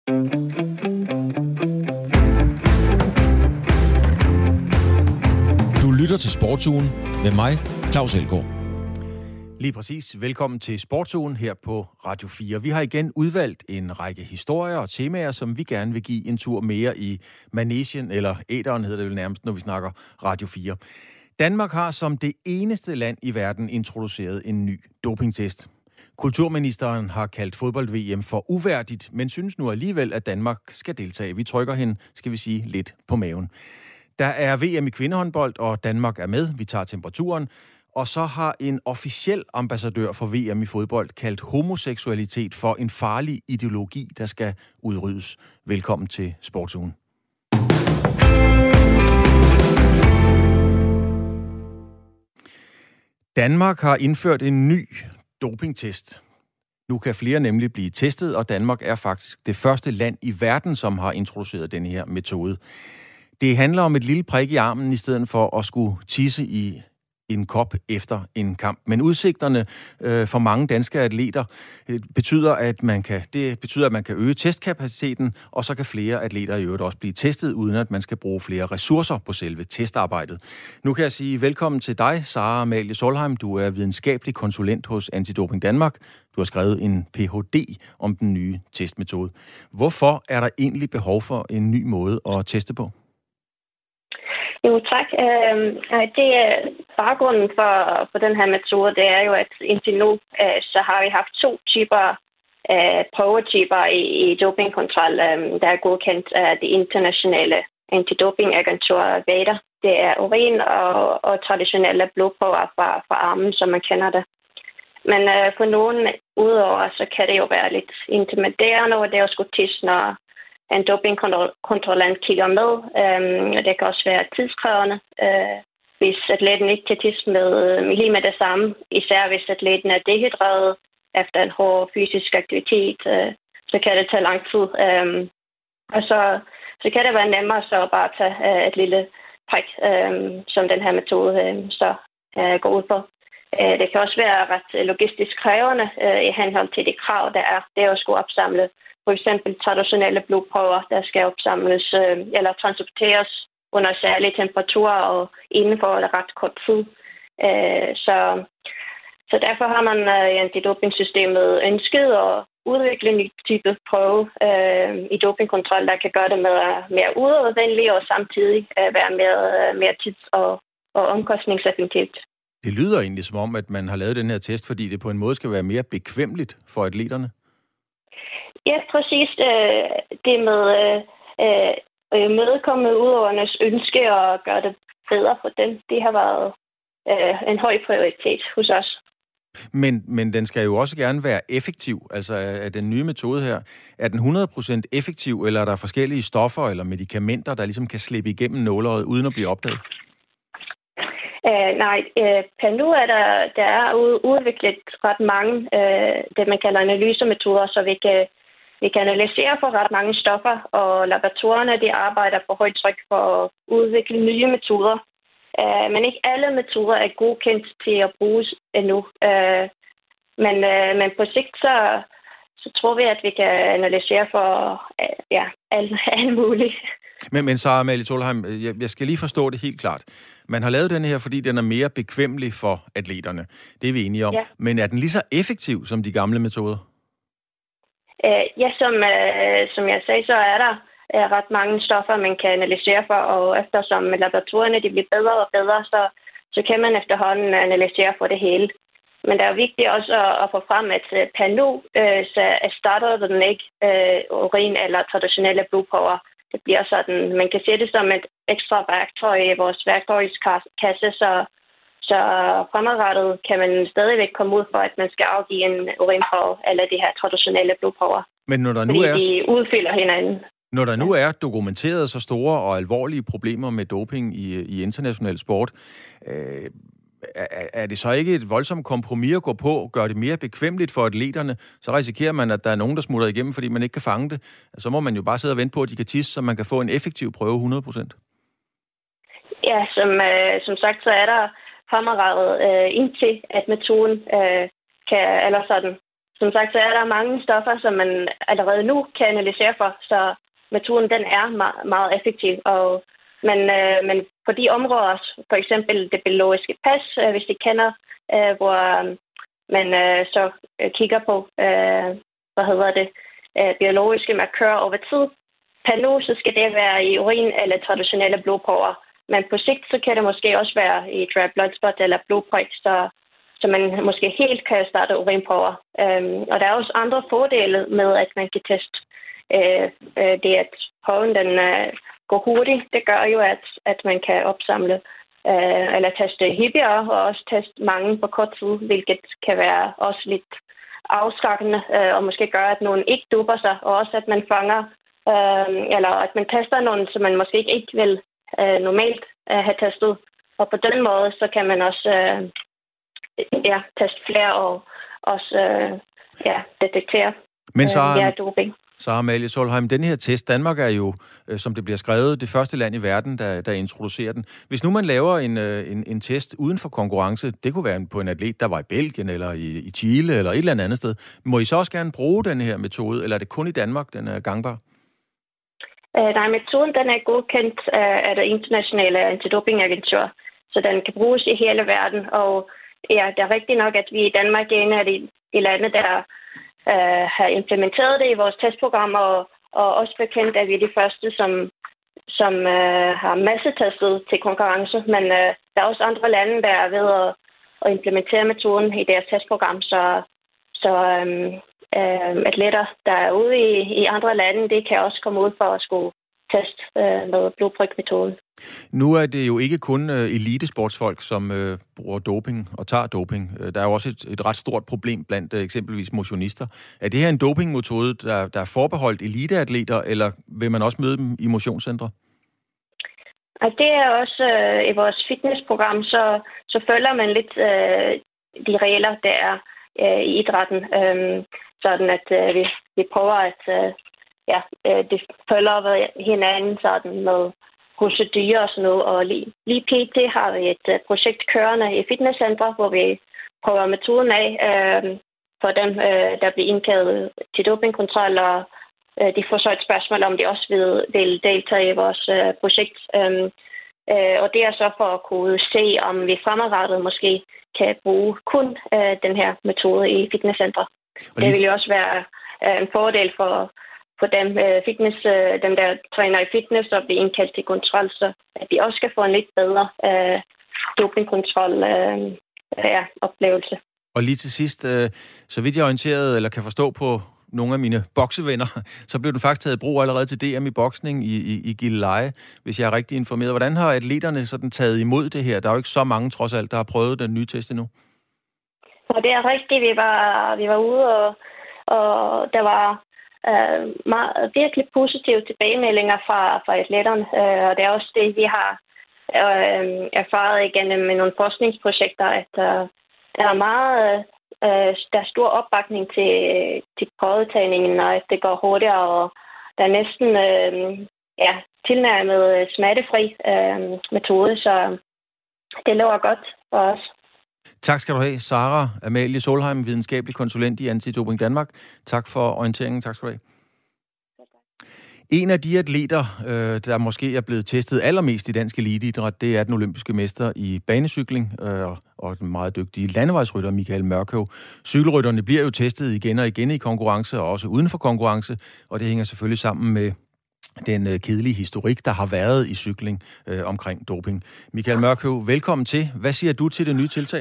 Du lytter til Sportsugen med mig, Claus Elgaard. Lige præcis. Velkommen til Sportsugen her på Radio 4. Vi har igen udvalgt en række historier og temaer, som vi gerne vil give en tur mere i manesien, eller æteren hedder det vel nærmest, når vi snakker Radio 4. Danmark har som det eneste land i verden introduceret en ny dopingtest. Kulturministeren har kaldt fodbold-VM for uværdigt, men synes nu alligevel, at Danmark skal deltage. Vi trykker hende, skal vi sige, lidt på maven. Der er VM i kvindehåndbold, og Danmark er med. Vi tager temperaturen. Og så har en officiel ambassadør for VM i fodbold kaldt homoseksualitet for en farlig ideologi, der skal udryddes. Velkommen til Sportsugen. Danmark har indført en ny dopingtest. Nu kan flere nemlig blive testet, og Danmark er faktisk det første land i verden, som har introduceret denne her metode. Det handler om et lille prik i armen, i stedet for at skulle tisse i en kop efter en kamp. Men udsigterne for mange danske atleter betyder, at man kan øge testkapaciteten, og så kan flere atleter i øvrigt også blive testet, uden at man skal bruge flere ressourcer på selve testarbejdet. Nu kan jeg sige velkommen til dig, Sara Amalie Solheim. Du er videnskabelig konsulent hos Antidoping Danmark. Du har skrevet en Ph.D. om den nye testmetode. Hvorfor er der egentlig behov for en ny måde at teste på? Jo, tak. Det er baggrunden for den her metode. Det er jo, at indtil nu så har vi haft to typer prøvetyper i dopingkontrol, der er godkendt af det internationale antidopingagentur WADA. Det er urin og traditionelle blodprøver fra armen, som man kender det. Men for nogen udover, så kan det jo være lidt intimiderende, og det er jo sgu tisse, når en dopingkontrollant kigger med. Det kan også være tidskrævende, hvis atleten ikke kan tisse med lige med det samme. Især hvis atleten er dehydreret efter en hård fysisk aktivitet, så kan det tage lang tid. Og så kan det være nemmere så bare at tage et lille prik, som den her metode så går ud på. Det kan også være ret logistisk krævende i henhold til de krav, der er. Det er at skulle opsamle for eksempel traditionelle blodprøver, der skal opsamles eller transporteres under særlige temperaturer og inden for et ret kort tid. Så derfor har man i antidopingsystemet ønsket at udvikle en ny type prøve i dopingkontrol, der kan gøre det mere udadvendigt og samtidig være mere tids- og omkostningseffektivt. Det lyder egentlig som om, at man har lavet den her test, fordi det på en måde skal være mere bekvemmeligt for atleterne. Ja, præcis. Det med medkomme udøvernes ønske og gøre det bedre for dem, det har været en høj prioritet hos os. Men den skal jo også gerne være effektiv. Altså er den nye metode her, er den 100% effektiv, eller er der forskellige stoffer eller medicamenter, der ligesom kan slippe igennem nåleøjet uden at blive opdaget? Nej, per nu er der udviklet ret mange, det man kalder analysemetoder, så vi kan analysere for ret mange stoffer, og laboratorierne de arbejder på højt tryk for at udvikle nye metoder. Men ikke alle metoder er godkendt til at bruges endnu. Men på sigt så tror vi, at vi kan analysere for alt muligt. Men Sara Amalie Solheim, jeg skal lige forstå det helt klart. Man har lavet den her, fordi den er mere bekvemmelig for atleterne. Det er vi enige om. Ja. Men er den lige så effektiv som de gamle metoder? Ja, som jeg sagde, så er der ret mange stoffer, man kan analysere for, og eftersom laboratorierne de bliver bedre og bedre, så kan man efterhånden analysere for det hele. Men det er vigtigt også at få frem, at per nu så starter den ikke urin eller traditionelle blodprøver. Det bliver sådan, man kan se det som et ekstra værktøj i vores værktøjskasse, så fremadrettet kan man stadigvæk komme ud for, at man skal afgive en urinprøve eller de her traditionelle blodprøver. Men når der nu de udfylder hinanden. Når der nu er dokumenteret så store og alvorlige problemer med doping i international sport, er det så ikke et voldsomt kompromis at gå på, gøre det mere bekvemmeligt for atleterne? Så risikerer man, at der er nogen, der smutter igennem, fordi man ikke kan fange det. Så må man jo bare sidde og vente på, at de kan tisse, så man kan få en effektiv prøve 100%. Ja, som sagt, så er der fremadrettet indtil, at metoden kan, eller sådan, som sagt, så er der mange stoffer, som man allerede nu kan analysere for, så metoden den er meget effektiv. Men på de områder, for eksempel det biologiske pas, hvis I kender, hvor man så kigger på, biologiske markører over tid. Per nu, så skal det være i urin eller traditionelle blodprøver. Men på sigt, så kan det måske også være i dry blood spot eller blodpryk, så man måske helt kan starte urinprøver. Og der er også andre fordele med, at man kan teste det, at prøven den går hurtigt. Det gør jo, at man kan opsamle eller teste hyppigere og også teste mange på kort tid, hvilket kan være også lidt afskrækkende og måske gøre, at nogen ikke duper sig, og også at man fanger eller at man tester nogen, som man måske ikke vil normalt have testet. Og på den måde, så kan man også teste flere og også detektere doping. Så Amalie Solheim, den her test, Danmark er jo, som det bliver skrevet, det første land i verden, der introducerer den. Hvis nu man laver en test uden for konkurrence, det kunne være på en atlet, der var i Belgien eller i Chile eller et eller andet sted, må I så også gerne bruge den her metode, eller er det kun i Danmark, den er gangbar? Nej, metoden den er godkendt af det internationale antidopingagentur, så den kan bruges i hele verden. Og ja, det er rigtigt nok, at vi i Danmark er en af de lande, der har implementeret det i vores testprogram, og også bekendt, at vi er de første, som har massetestet til konkurrence. Men der er også andre lande, der er ved at implementere metoden i deres testprogram, så atleter, der er ude i andre lande, det kan også komme ud for at skulle teste med blodprykmetoden. Nu er det jo ikke kun elitesportsfolk, som bruger doping og tager doping. Der er jo også et ret stort problem blandt eksempelvis motionister. Er det her en dopingmetode, der er forbeholdt eliteatleter, eller vil man også møde dem i motionscentre? Det er også i vores fitnessprogram, så følger man lidt de regler, der er i idrætten. Sådan at vi prøver at det følger hinanden sådan med procedurer og sådan noget. Og lige pt. Har vi et projekt kørende i fitnesscentre, hvor vi prøver metoden af for dem, der bliver indkaldt til dopingkontrol, og de får så et spørgsmål, om de også vil deltage i vores projekt. Og det er så for at kunne se, om vi fremadrettet måske kan bruge kun den her metode i fitnesscentre. Det vil jo også være en fordel for dem, dem der træner i fitness og bliver indkaldt til kontrol, så at de også skal få en lidt bedre dopingkontrol oplevelse. Og lige til sidst, så vidt jeg er orienteret, eller kan forstå på nogle af mine boksevenner, så blev den faktisk taget i brug allerede til DM i boksning i Gilleleje, hvis jeg er rigtig informeret. Hvordan har atleterne sådan taget imod det her? Der er jo ikke så mange, trods alt, der har prøvet den nye test endnu. Og det er rigtigt. Vi var ude, og der var virkelig positive tilbagemeldinger fra atleterne. Og det er også det, vi har erfaret igennem med nogle forskningsprojekter, at der er meget der er stor opbakning til prøvetagningen, og at det går hurtigere, og der er næsten tilnærmet smertefri metode, så det lover godt for os. Tak skal du have, Sara Amalie Solheim, videnskabelig konsulent i Antidoping Danmark. Tak for orienteringen. Tak skal du have. En af de atleter, der måske er blevet testet allermest i dansk eliteidræt, det er den olympiske mester i banecykling og den meget dygtige landevejsrytter Michael Mørkøv. Cykelrytterne bliver jo testet igen og igen i konkurrence, og også uden for konkurrence, og det hænger selvfølgelig sammen med den kedelige historik, der har været i cykling omkring doping. Michael Mørkøv, velkommen til. Hvad siger du til det nye tiltag?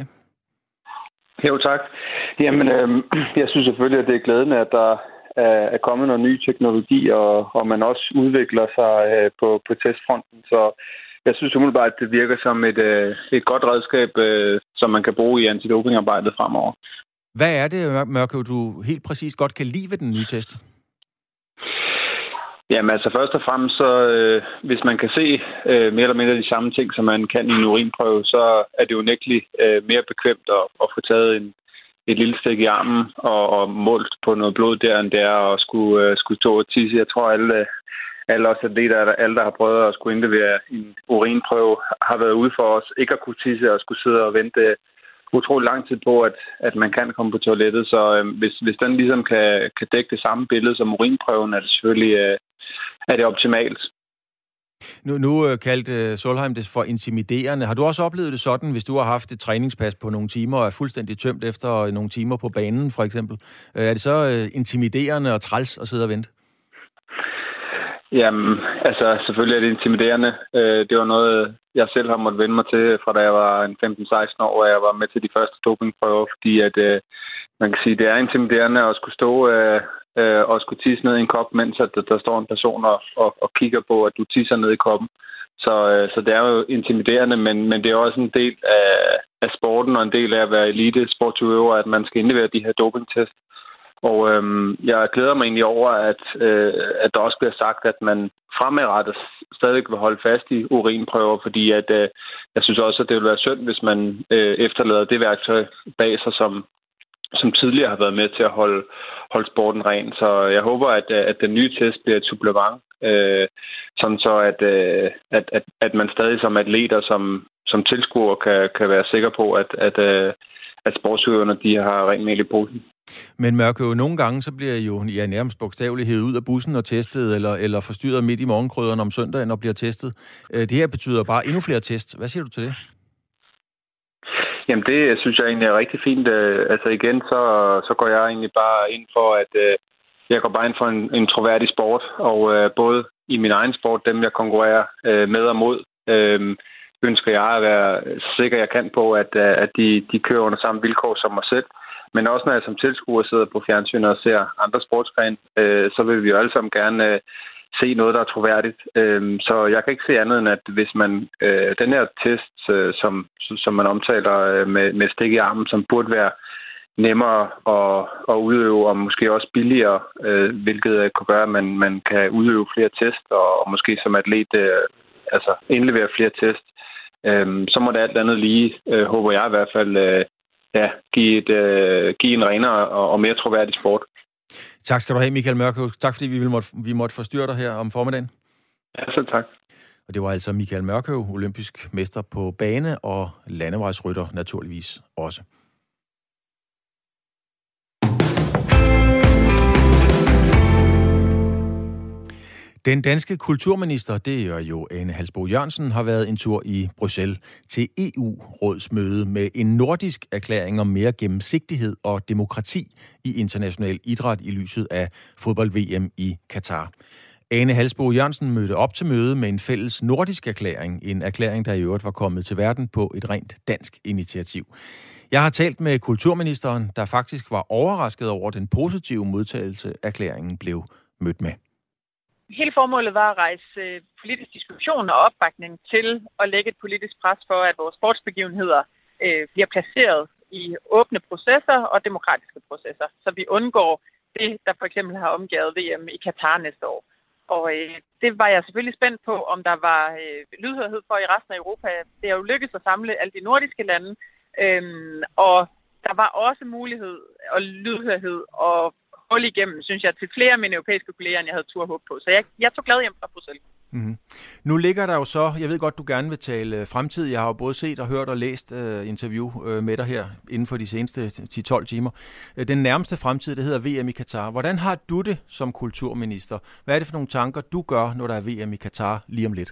Jo, tak. Jamen, jeg synes selvfølgelig, at det er glædende, at der er kommet noget ny teknologi, og man også udvikler sig på testfronten. Så jeg synes umiddelbart, at det virker som et godt redskab, som man kan bruge i antidopingarbejdet fremover. Hvad er det, Mørkøv, du helt præcis godt kan lide ved den nye test? Jamen altså først og fremmest, så hvis man kan se mere eller mindre de samme ting, som man kan i en urinprøve, så er det jo unægteligt mere bekvemt at få taget et lille stik i armen og målt på noget blod der, end det er at skulle stå og tisse. Jeg tror, alle os atleter, alle der har prøvet at skulle indlevere en urinprøve, har været ude for os ikke at kunne tisse og skulle sidde og vente utrolig lang tid på, at man kan komme på toilettet. Så hvis den ligesom kan dække det samme billede som urinprøven, er det selvfølgelig er det optimalt. Nu kaldte Solheim det for intimiderende. Har du også oplevet det sådan, hvis du har haft et træningspas på nogle timer og er fuldstændig tømt efter nogle timer på banen, for eksempel? Er det så intimiderende og træls at sidde og vente? Jamen, altså selvfølgelig er det intimiderende. Det var noget, jeg selv har måttet vende mig til, fra da jeg var 15-16 år, og jeg var med til de første dopingprøver, fordi at man kan sige, det er intimiderende at skulle stå og skulle tisse ned i en kop, mens at der står en person og kigger på, at du tisser ned i koppen. Så det er jo intimiderende, men det er også en del af sporten og en del af at være elite sportsudøver, at man skal indlevere de her dopingtest. Og jeg glæder mig egentlig over, at der også bliver sagt, at man fremadrettet stadig vil holde fast i urinprøver, fordi at jeg synes også, at det vil være synd, hvis man efterlader det værktøj bag sig, som tidligere har været med til at holde sporten ren. Så jeg håber, at den nye test bliver et supplement, sådan så at man stadig som atleter, som tilskuer, kan være sikker på, at sportsudøverne, de har rent mel i posen. Men Mørkøv, nogle gange så bliver jo nærmest bogstaveligt hævet ud af bussen og testet, eller forstyrret midt i morgenkrydderen om søndagen og bliver testet. Det her betyder bare endnu flere tests. Hvad siger du til det? Jamen det synes jeg egentlig er rigtig fint. Altså igen, så går jeg egentlig bare ind for, at jeg går bare ind for en troværdig sport, og både i min egen sport, dem jeg konkurrerer med og mod, ønsker jeg at være sikker, jeg kan på, at de kører under samme vilkår som mig selv. Men også når jeg som tilskuer sidder på fjernsynet og ser andre sportsgrene, så vil vi jo alle sammen gerne se noget, der er troværdigt. Så jeg kan ikke se andet end, at hvis man den her test, som man omtaler med stik i armen, som burde være nemmere at udøve, og måske også billigere, hvilket kan gøre, at man kan udøve flere test, og måske som atlet indlevere flere test, så må det alt andet lige, håber jeg i hvert fald, give en renere og mere troværdig sport. Tak skal du have, Michael Mørkøv. Tak fordi vi måtte forstyrre dig her om formiddagen. Ja, så tak. Og det var altså Michael Mørkøv, olympisk mester på bane og landevejsrytter naturligvis også. Den danske kulturminister, det er jo Ane Halsboe-Jørgensen, har været en tur i Bruxelles til EU-rådsmøde med en nordisk erklæring om mere gennemsigtighed og demokrati i international idræt i lyset af fodbold-VM i Katar. Ane Halsboe-Jørgensen mødte op til møde med en fælles nordisk erklæring, en erklæring, der i øvrigt var kommet til verden på et rent dansk initiativ. Jeg har talt med kulturministeren, der faktisk var overrasket over den positive modtagelse, erklæringen blev mødt med. Hele formålet var at rejse politisk diskussion og opbakning til at lægge et politisk pres for, at vores sportsbegivenheder bliver placeret i åbne processer og demokratiske processer, så vi undgår det, der for eksempel har omgivet VM i Katar næste år. Og det var jeg selvfølgelig spændt på, om der var lydhørhed for i resten af Europa. Det er jo lykkedes at samle alle de nordiske lande, og der var også mulighed og lydhørhed og hold igennem, synes jeg, til flere af mine europæiske kolleger, end jeg havde tur håb på. Så jeg tog glad hjem fra Bruxelles. Mm-hmm. Nu ligger der jo så, jeg ved godt, du gerne vil tale fremtid. Jeg har jo både set og hørt og læst interview med dig her inden for de seneste 10-12 timer. Den nærmeste fremtid, det hedder VM i Katar. Hvordan har du det som kulturminister? Hvad er det for nogle tanker, du gør, når der er VM i Katar lige om lidt?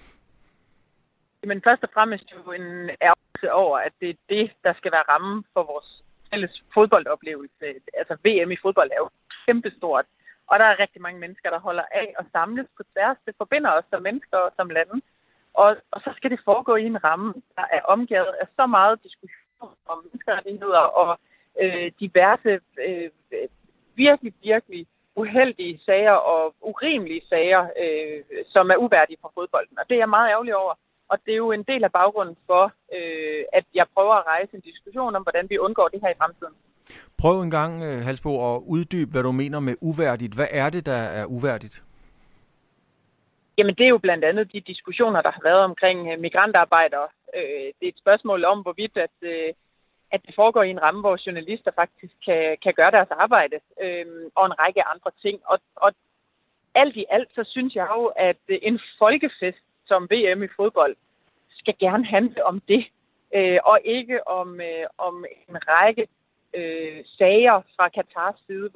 Men først og fremmest jo en ærgelse over, at det er det, der skal være rammen for vores fælles fodboldoplevelse. Altså VM i fodbold er jo kæmpestort, og der er rigtig mange mennesker, der holder af at samles på tværs. Det forbinder os som mennesker og som lande. Og så skal det foregå i en ramme, der er omgivet af så meget diskussion om menneskerettigheder og diverse virkelig uheldige sager og urimelige sager, som er uværdige for fodbolden. Og det er jeg meget ærgerlig over. Og det er jo en del af baggrunden for, at jeg prøver at rejse en diskussion om, hvordan vi undgår det her i fremtiden. Prøv en gang, Halsboe, at uddybe, hvad du mener med uværdigt. Hvad er det, der er uværdigt? Jamen, det er jo blandt andet de diskussioner, der har været omkring migrantarbejdere. Det er et spørgsmål om, hvorvidt at det foregår i en ramme, hvor journalister faktisk kan gøre deres arbejde, og en række andre ting. Og alt i alt, så synes jeg jo, at en folkefest som VM i fodbold skal gerne handle om det. og ikke om en række sager fra Katars side,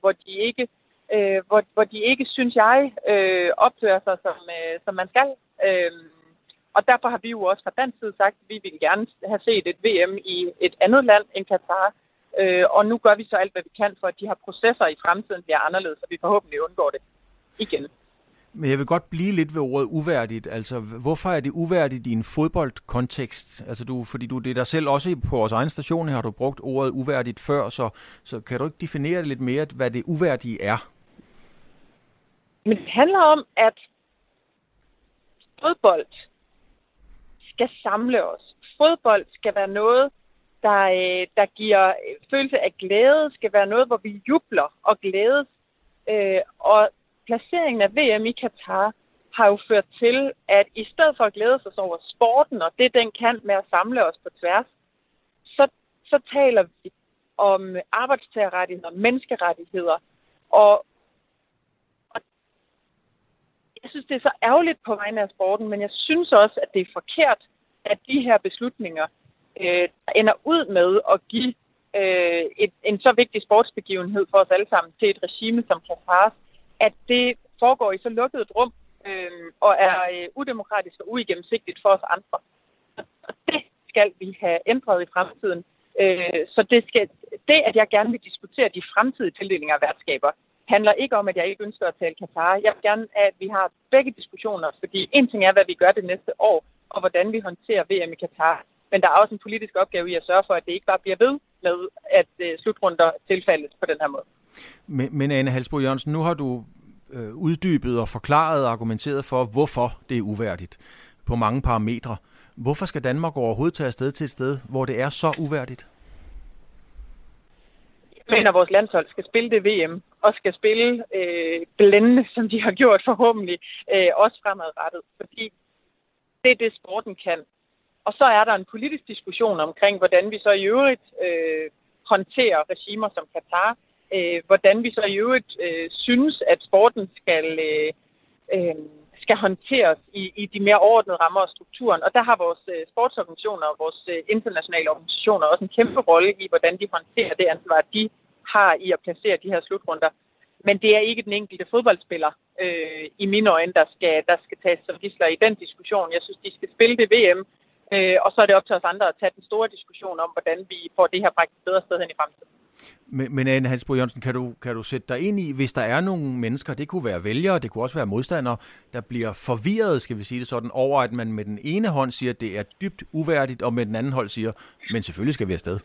hvor de ikke, synes jeg, opfører sig, som man skal. Og derfor har vi jo også fra dansk side sagt, at vi vil gerne have set et VM i et andet land end Katar. Og nu gør vi så alt, hvad vi kan, for at de her processer i fremtiden bliver anderledes, så vi forhåbentlig undgår det igen. Men jeg vil godt blive lidt ved ordet uværdigt. Altså, hvorfor er det uværdigt i en fodboldkontekst? Altså, fordi du det er dig selv også på vores egen station her, har du brugt ordet uværdigt før, så kan du ikke definere det lidt mere, hvad det uværdige er? Men det handler om, at fodbold skal samle os. Fodbold skal være noget, der giver følelse af glæde, skal være noget, hvor vi jubler og glædes. Og placeringen af VM i Katar har jo ført til, at i stedet for at glæde os over sporten og det, den kan med at samle os på tværs, så taler vi om arbejdstagerrettigheder, menneskerettigheder. Og jeg synes, det er så ærgerligt på vegne af sporten, men jeg synes også, at det er forkert, at de her beslutninger ender ud med at give en så vigtig sportsbegivenhed for os alle sammen til et regime som Katar, at det foregår i så lukket et rum og er udemokratisk og uigennemsigtigt for os andre. Og det skal vi have ændret i fremtiden. Så det, at jeg gerne vil diskutere de fremtidige tildelinger af værtskaber, handler ikke om, at jeg ikke ønsker at tale Katar. Jeg vil gerne, at vi har begge diskussioner, fordi en ting er, hvad vi gør det næste år, og hvordan vi håndterer VM i Katar. Men der er også en politisk opgave i at sørge for, at det ikke bare bliver ved med, at slutrunder tilfældes på den her måde. Men Ane Halsboe Jørgensen, nu har du uddybet og forklaret og argumenteret for, hvorfor det er uværdigt på mange parametre. Hvorfor skal Danmark overhovedet tage afsted til et sted, hvor det er så uværdigt? Jeg mener, at vores landshold skal spille det VM, og skal spille blændende, som de har gjort forhåbentlig, også fremadrettet. Fordi det er det, sporten kan. Og så er der en politisk diskussion omkring, hvordan vi så i øvrigt håndterer regimer som Katar. Hvordan vi så i øvrigt synes, at sporten skal håndteres i de mere overordnede rammer og strukturen. Og der har vores sportsorganisationer og vores internationale organisationer også en kæmpe rolle i, hvordan de håndterer det ansvar, de har i at placere de her slutrunder. Men det er ikke den enkelte fodboldspiller, i mine øjne, der skal tages som gidsler i den diskussion. Jeg synes, de skal spille det VM, og så er det op til os andre at tage den store diskussion om, hvordan vi får det her bragt et bedre sted hen i fremtiden. Men Ane Halsboe Jørgensen, kan du sætte dig ind i, hvis der er nogle mennesker, det kunne være vælgere, det kunne også være modstandere, der bliver forvirret, skal vi sige det sådan, over at man med den ene hånd siger, at det er dybt uværdigt, og med den anden hånd siger, men selvfølgelig skal vi afsted.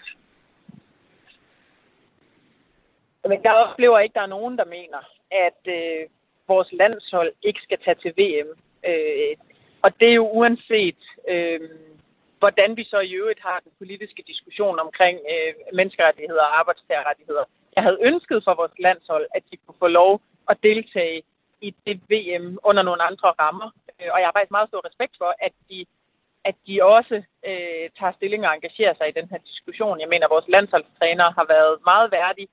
Men jeg oplever ikke, at der er nogen, der mener, at vores landshold ikke skal tage til VM. Og det er jo uanset, hvordan vi så i øvrigt har den politiske diskussion omkring menneskerettigheder og arbejdstagerrettigheder. Jeg havde ønsket for vores landshold, at de kunne få lov at deltage i det VM under nogle andre rammer. Og jeg har faktisk meget stor respekt for, at de også tager stilling og engagerer sig i den her diskussion. Jeg mener, at vores landsholdstrænere har været meget værdige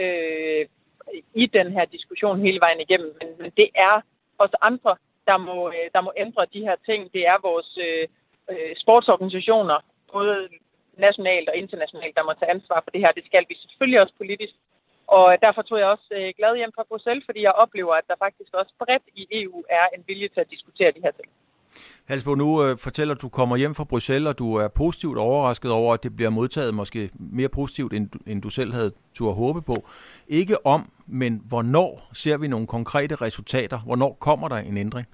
i den her diskussion hele vejen igennem. Men det er os andre, der må ændre de her ting. Det er vores sportsorganisationer, både nationalt og internationalt, der må tage ansvar for det her. Det skal vi selvfølgelig også politisk. Og derfor tog jeg også glad hjem fra Bruxelles, fordi jeg oplever, at der faktisk også bredt i EU er en vilje til at diskutere de her ting. Halsboe, nu fortæller du kommer hjem fra Bruxelles, og du er positivt overrasket over, at det bliver modtaget måske mere positivt, end du selv havde turde håbe på. Ikke om, men hvornår ser vi nogle konkrete resultater? Hvornår kommer der en ændring?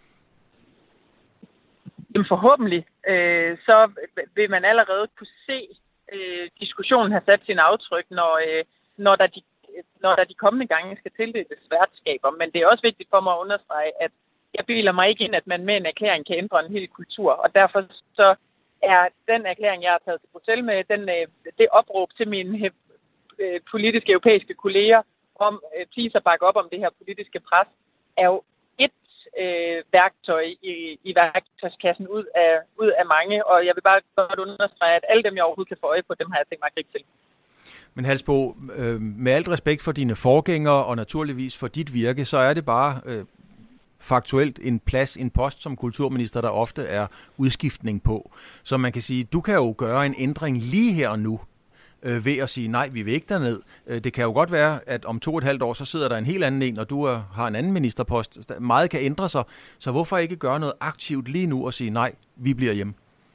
Jamen forhåbentlig, så vil man allerede kunne se diskussionen have sat sin aftryk, når der de kommende gange skal tildeles værtskaber. Men det er også vigtigt for mig at understrege, at jeg bilder mig ikke ind, at man med en erklæring kan ændre en hel kultur. Og derfor så er den erklæring, jeg har taget til Bruxelles med, det opråb til mine politiske europæiske kolleger om please at bakke op om det her politiske pres, er jo et værktøj i værktøjskassen ud af mange. Og jeg vil bare godt understrege, at alle dem, jeg overhovedet kan få øje på, dem har jeg tænkt mig at gribe til. Men Halsboe, med alt respekt for dine forgængere og naturligvis for dit virke, så er det bare faktuelt en post som kulturminister, der ofte er udskiftning på. Så man kan sige, du kan jo gøre en ændring lige her og nu, ved at sige, nej, vi vil ikke derned. Det kan jo godt være, at om 2,5 år, så sidder der en helt anden en, og du har en anden ministerpost. Meget kan ændre sig, så hvorfor ikke gøre noget aktivt lige nu og sige, nej, vi bliver hjemme?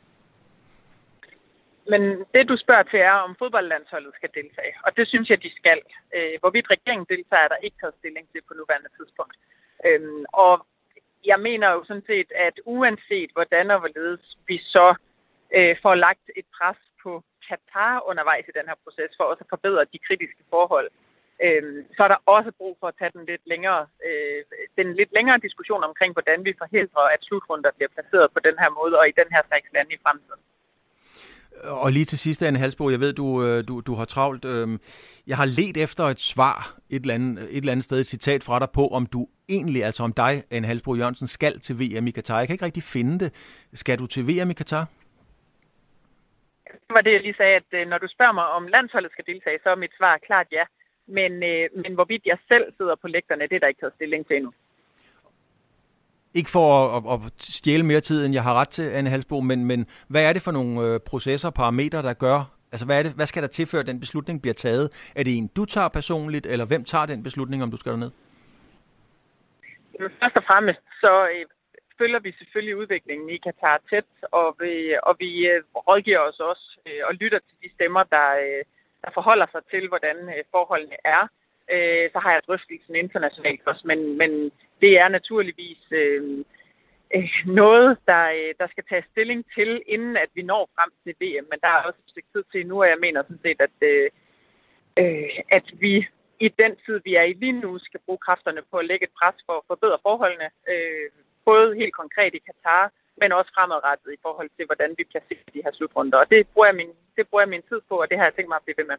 Men det, du spørger til, er, om fodboldlandsholdet skal deltage. Og det synes jeg, de skal. Hvorvidt regeringen deltager, er der ikke taget stilling til på nuværende tidspunkt. Og jeg mener jo sådan set, at uanset hvordan og hvorledes vi så får lagt et pres på Katar undervejs i den her proces, for også at forbedre de kritiske forhold, så er der også brug for at tage den lidt længere diskussion omkring, hvordan vi forhindrer, at slutrunder bliver placeret på den her måde og i den her slags lande i fremtiden. Og lige til sidst, Ane Halsboe, jeg ved, du har travlt. Jeg har ledt efter et svar, et eller andet sted, et citat fra dig på, om du egentlig, altså om dig, Ane Halsboe Jørgensen, skal til VM i Katar. Jeg kan ikke rigtig finde det. Skal du til VM i Katar? Det var det, jeg lige sagde, at når du spørger mig, om landsholdet skal deltage, så er mit svar klart ja. Men hvorvidt jeg selv sidder på lægterne, det er der ikke taget stilling til endnu. Ikke for at stjæle mere tid, end jeg har ret til, Ane Halsboe, men hvad er det for nogle processer og parametre, der gør? Altså, hvad skal der til, før den beslutning bliver taget? Er det en, du tager personligt, eller hvem tager den beslutning, om du skal derned? Først og fremmest, så følger vi selvfølgelig udviklingen i Katar tæt, og vi rådgiver os også og lytter til de stemmer, der forholder sig til, hvordan forholdene er. Så har jeg drøftelsen internationalt også, men det er naturligvis noget, der skal tages stilling til, inden at vi når frem til VM. Men der er også et stykke tid til nu, og jeg mener sådan set, at vi i den tid, vi er i lige nu, skal bruge kræfterne på at lægge et pres for at forbedre forholdene, både helt konkret i Katar, men også fremadrettet i forhold til, hvordan vi placerer de her slutrunder. Og det bruger jeg min tid på, og det har jeg tænkt mig at blive ved med.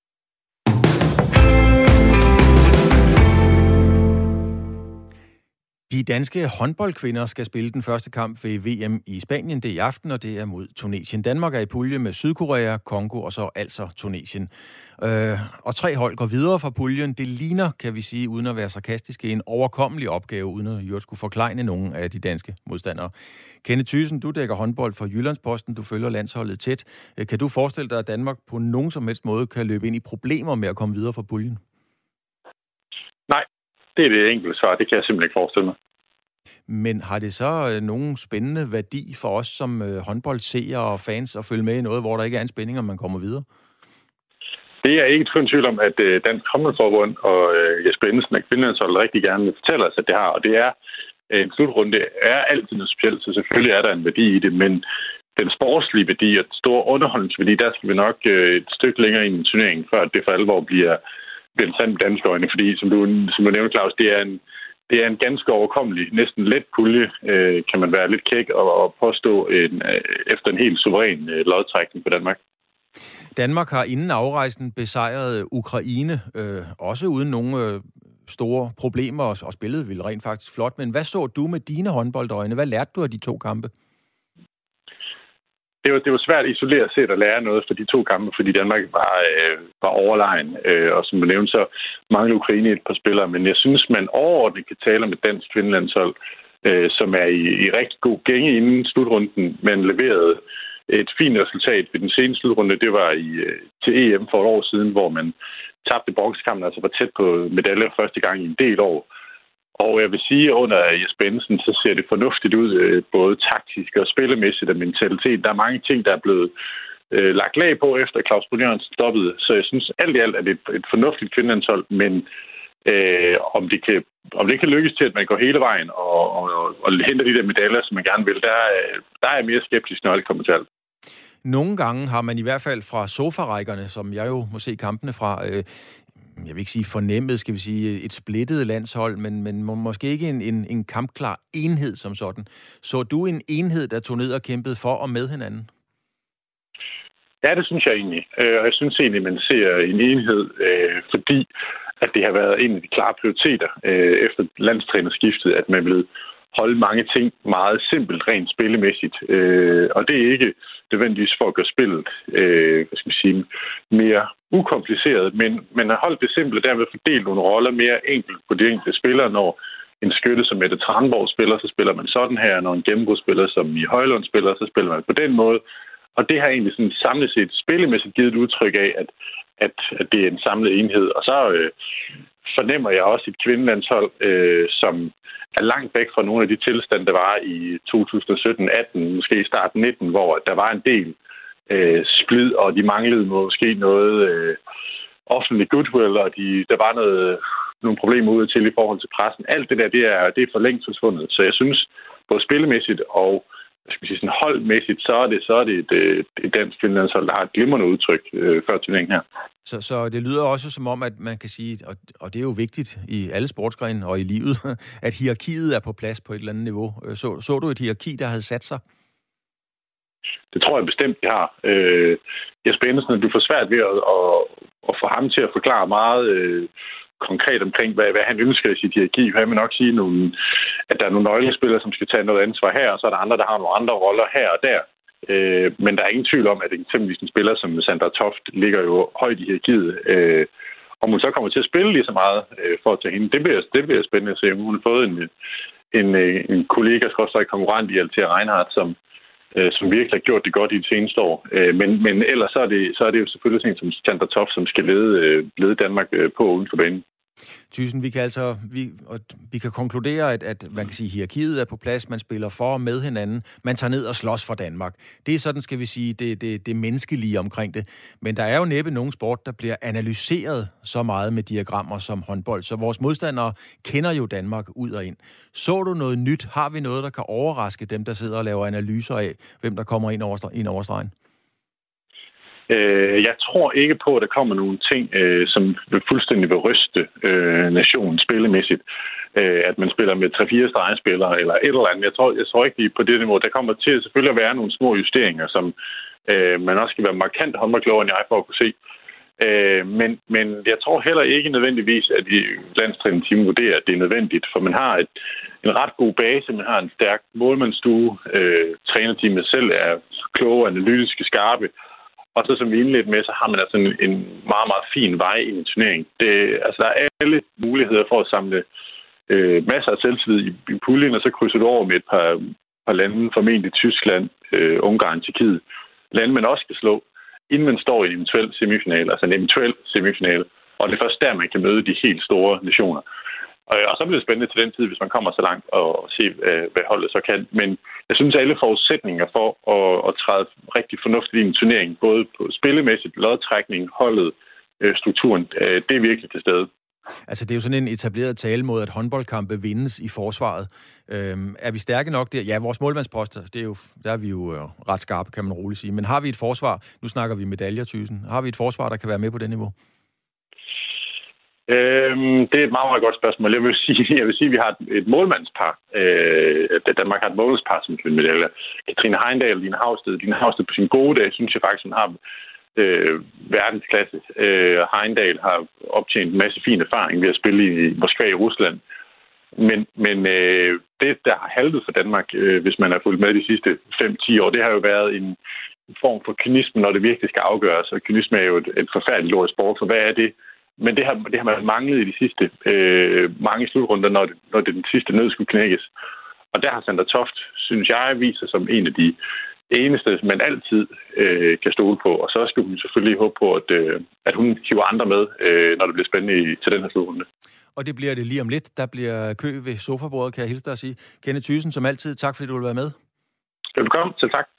De danske håndboldkvinder skal spille den første kamp ved VM i Spanien. Det er i aften, og det er mod Tunesien. Danmark er i pulje med Sydkorea, Kongo og så altså Tunesien. Og 3 hold går videre fra puljen. Det ligner, kan vi sige, uden at være sarkastiske, en overkommelig opgave, uden at skulle forklejne nogen af de danske modstandere. Kenneth Thyssen, du dækker håndbold for Jyllandsposten. Du følger landsholdet tæt. Kan du forestille dig, at Danmark på nogen som helst måde kan løbe ind i problemer med at komme videre fra puljen? Nej. Det er det enkelte svar. Det kan jeg simpelthen ikke forestille mig. Men har det så nogen spændende værdi for os som håndboldseere og fans at følge med i noget, hvor der ikke er en spænding, om man kommer videre? Det er ikke et tvivl om, at Dansk Håndboldforbund og Jesper Jensen og kvindelandsholdet rigtig gerne fortæller os, at det har. Og det er en slutrunde. Det er altid noget specielt, så selvfølgelig er der en værdi i det. Men den sportslige værdi og den store underholdningsværdi, der skal vi nok et stykke længere ind i turneringen, før det for alvor bliver en sand dansk øjne, fordi som du nævnte, Claus, det er en ganske overkommelig, næsten let pulje, kan man være lidt kæk og påstå efter en helt suveræn lodtrækning på Danmark. Danmark har inden afrejsen besejret Ukraine, også uden nogen store problemer, og spillet ville rent faktisk flot. Men hvad så du med dine håndboldøjne? Hvad lærte du af de 2 kampe? Det var svært isoleret set at lære noget for de 2 kampe, fordi Danmark var overlegen. Og som du nævnte, så manglede Ukraine et par spillere. Men jeg synes, man overordnet kan tale om et dansk kvindelandshold, som er i rigtig god gænge inden slutrunden. Man leverede et fint resultat ved den seneste slutrunde. Det var til EM for et år siden, hvor man tabte bronzekampen, altså var tæt på medaljer første gang i en del år. Og jeg vil sige, at under Jesper Jensen, så ser det fornuftigt ud, både taktisk og spillemæssigt og mentalitet. Der er mange ting, der er blevet lagt lag på, efter Claus Brun Jørgensen stoppede. Så jeg synes alt i alt, at det er et fornuftigt kvindelandshold, men om det kan lykkes til, at man går hele vejen og henter de der medaljer, som man gerne vil, der er jeg mere skeptisk, når det kommer til alt. Nogle gange har man i hvert fald fra sofarækkerne, som jeg jo må se kampene fra, jeg vil ikke sige fornemmet, skal vi sige, et splittet landshold, men måske ikke en kampklar enhed som sådan. Så du en enhed, der tog ned og kæmpede for og med hinanden? Ja, det synes jeg egentlig. Og jeg synes egentlig, man ser en enhed, fordi at det har været en af de klare prioriteter efter landstrænerskiftet, at man vil holde mange ting meget simpelt, rent spillemæssigt. Og det er ikke nødvendigvis for at gøre spillet mere ukompliceret, men man har holdt det simpelt, og derved fordelt nogle roller mere enkelt på de enkelte spillere, når en skytte som Mette Tranborg spiller, så spiller man sådan her. Når en gennembrudsspiller som i Højlund spiller, så spiller man på den måde. Og det har egentlig sådan samlet set spillemæssigt givet et udtryk af, at det er en samlet enhed. Og så fornemmer jeg også et kvindelandshold, som er langt væk fra nogle af de tilstande, der var i 2017-18, måske i starten 19, hvor der var en del splid, og de manglede måske noget offentlig goodwill, og der var nogle problemer ud til i forhold til pressen. Alt det der, det er for længst forsvundet. Så jeg synes, både spillemæssigt og sådan holdmæssigt, så er det et dansk kvindelandshold, der har et glimrende udtryk før turneringen her. Så det lyder også som om, at man kan sige, og det er jo vigtigt i alle sportsgrene og i livet, at hierarkiet er på plads på et eller andet niveau. Så du et hierarki, der havde sat sig? Det tror jeg bestemt, de har. Jesper Andersen, du får svært ved at få ham til at forklare meget konkret omkring, hvad han ønsker i sit hierarki. Han vil nok sige, at der er nogle nøglespillere, som skal tage noget ansvar her, og så er der andre, der har nogle andre roller her og der. Men der er ingen tvivl om, at eksempelvis en spiller som Sandra Toft ligger jo højt i hierarkiet. Om hun så kommer til at spille lige så meget for at tage hende, det bliver spændende at se. Hun har fået en kollega, konkurrent i Althea Reinhardt, som virkelig har gjort det godt i det seneste år. Men ellers så er det jo selvfølgelig sådan som Sandra Toft, som skal lede Danmark på uden for banen. Thyssen, vi kan konkludere, at man kan sige, at hierarkiet er på plads, man spiller for og med hinanden, man tager ned og slås for Danmark. Det er sådan, skal vi sige, det menneskelige omkring det. Men der er jo næppe nogen sport, der bliver analyseret så meget med diagrammer som håndbold, så vores modstandere kender jo Danmark ud og ind. Så du noget nyt? Har vi noget, der kan overraske dem, der sidder og laver analyser af, hvem der kommer ind over stregen? Jeg tror ikke på, at der kommer nogle ting, som vil fuldstændig vil ryste nationen spillemæssigt. At man spiller med 3-4 stregspillere eller et eller andet. Jeg tror ikke på det niveau. Der kommer til selvfølgelig at være nogle små justeringer, som man også skal være markant håndboldklogere end jeg for at kunne se. Men jeg tror heller ikke nødvendigvis, at landstrænerteamet vurderer, at det er nødvendigt. For man har en ret god base, man har en stærk målmandsstue. Trænerteamet selv er kloge, analytiske, skarpe. Og så som vi indledte med, så har man altså en meget, meget fin vej i en turnering. Der er alle muligheder for at samle masser af selvtillid i puljen, og så krydser du over med et par lande, formentlig Tyskland, Ungarn, Tjekkiet. Lande, man også skal slå, inden man står i en eventuel semifinale, altså en eventuel semifinale. Og det er først der, man kan møde de helt store nationer. Og så bliver det spændende til den tid, hvis man kommer så langt og se, hvad holdet så kan. Men jeg synes, at alle forudsætninger for at træde rigtig fornuftigt i en turnering, både på spillemæssigt, lodtrækning, holdet, strukturen, det er virkelig til stede. Altså, det er jo sådan en etableret talemåde, at håndboldkampe vindes i forsvaret. Er vi stærke nok der? Ja, vores målmandsposter, der er vi jo ret skarpe, kan man roligt sige. Men har vi et forsvar? Nu snakker vi medaljer, Thyssen. Har vi et forsvar, der kan være med på det niveau? Det er et meget, meget godt spørgsmål. Jeg vil sige, at vi har et målmandspar. Danmark har et målmandspar som kan medaljer. Katrine Heindal og Line Havsted på sin gode dag, synes jeg faktisk, hun har verdensklasse. Heindal har optjent en masse fin erfaring ved at spille i Moskva i Rusland. Men det, der har haltet for Danmark, hvis man har fulgt med de sidste 5-10 år, det har jo været en form for kynisme, når det virkelig skal afgøres. Og kynisme er jo et forfærdeligt ord i sport, så hvad er det? Men det har man manglet i de sidste mange slutrunder, når det den sidste nød skulle knækkes. Og der har Sandra Toft, synes jeg, viser som en af de eneste, man altid kan stole på. Og så skal hun selvfølgelig håbe på, at hun hiver andre med, når det bliver spændende til den her slutrunde. Og det bliver det lige om lidt. Der bliver kø ved sofabordet, kan jeg hilse dig at sige. Kenneth Thyssen, som altid, tak fordi du vil være med. Velkommen, selv tak.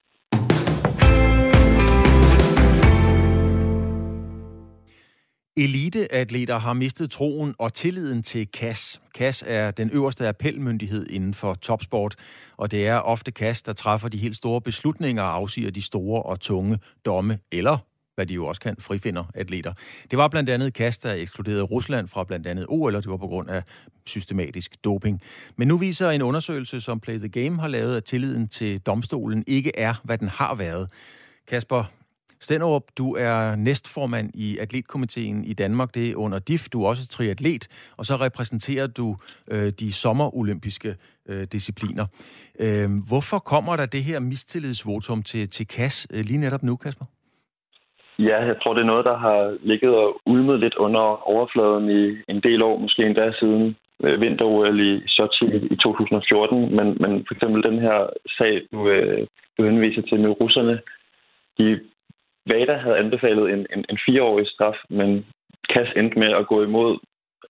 Eliteatleter har mistet troen og tilliden til CAS. CAS er den øverste appelmyndighed inden for topsport, og det er ofte CAS, der træffer de helt store beslutninger og afsiger de store og tunge domme, eller hvad de jo også kan, frifinder atleter. Det var blandt andet CAS, der ekskluderede Rusland fra blandt andet OL, og det var på grund af systematisk doping. Men nu viser en undersøgelse, som Play the Game har lavet, at tilliden til domstolen ikke er, hvad den har været. Kasper Stenderup, du er næstformand i atletkomiteen i Danmark. Det er under DIF. Du er også triatlet, og så repræsenterer du de sommerolympiske discipliner. Hvorfor kommer der det her mistillidsvotum til CAS lige netop nu, Kasper? Ja, jeg tror, det er noget, der har ligget og ulmet lidt under overfladen i en del år, måske endda siden vinter-OL i Sochi i 2014, men for eksempel den her sag, du henviser til med russerne, WADA havde anbefalet en 4-årig straf, men CAS endte med at gå imod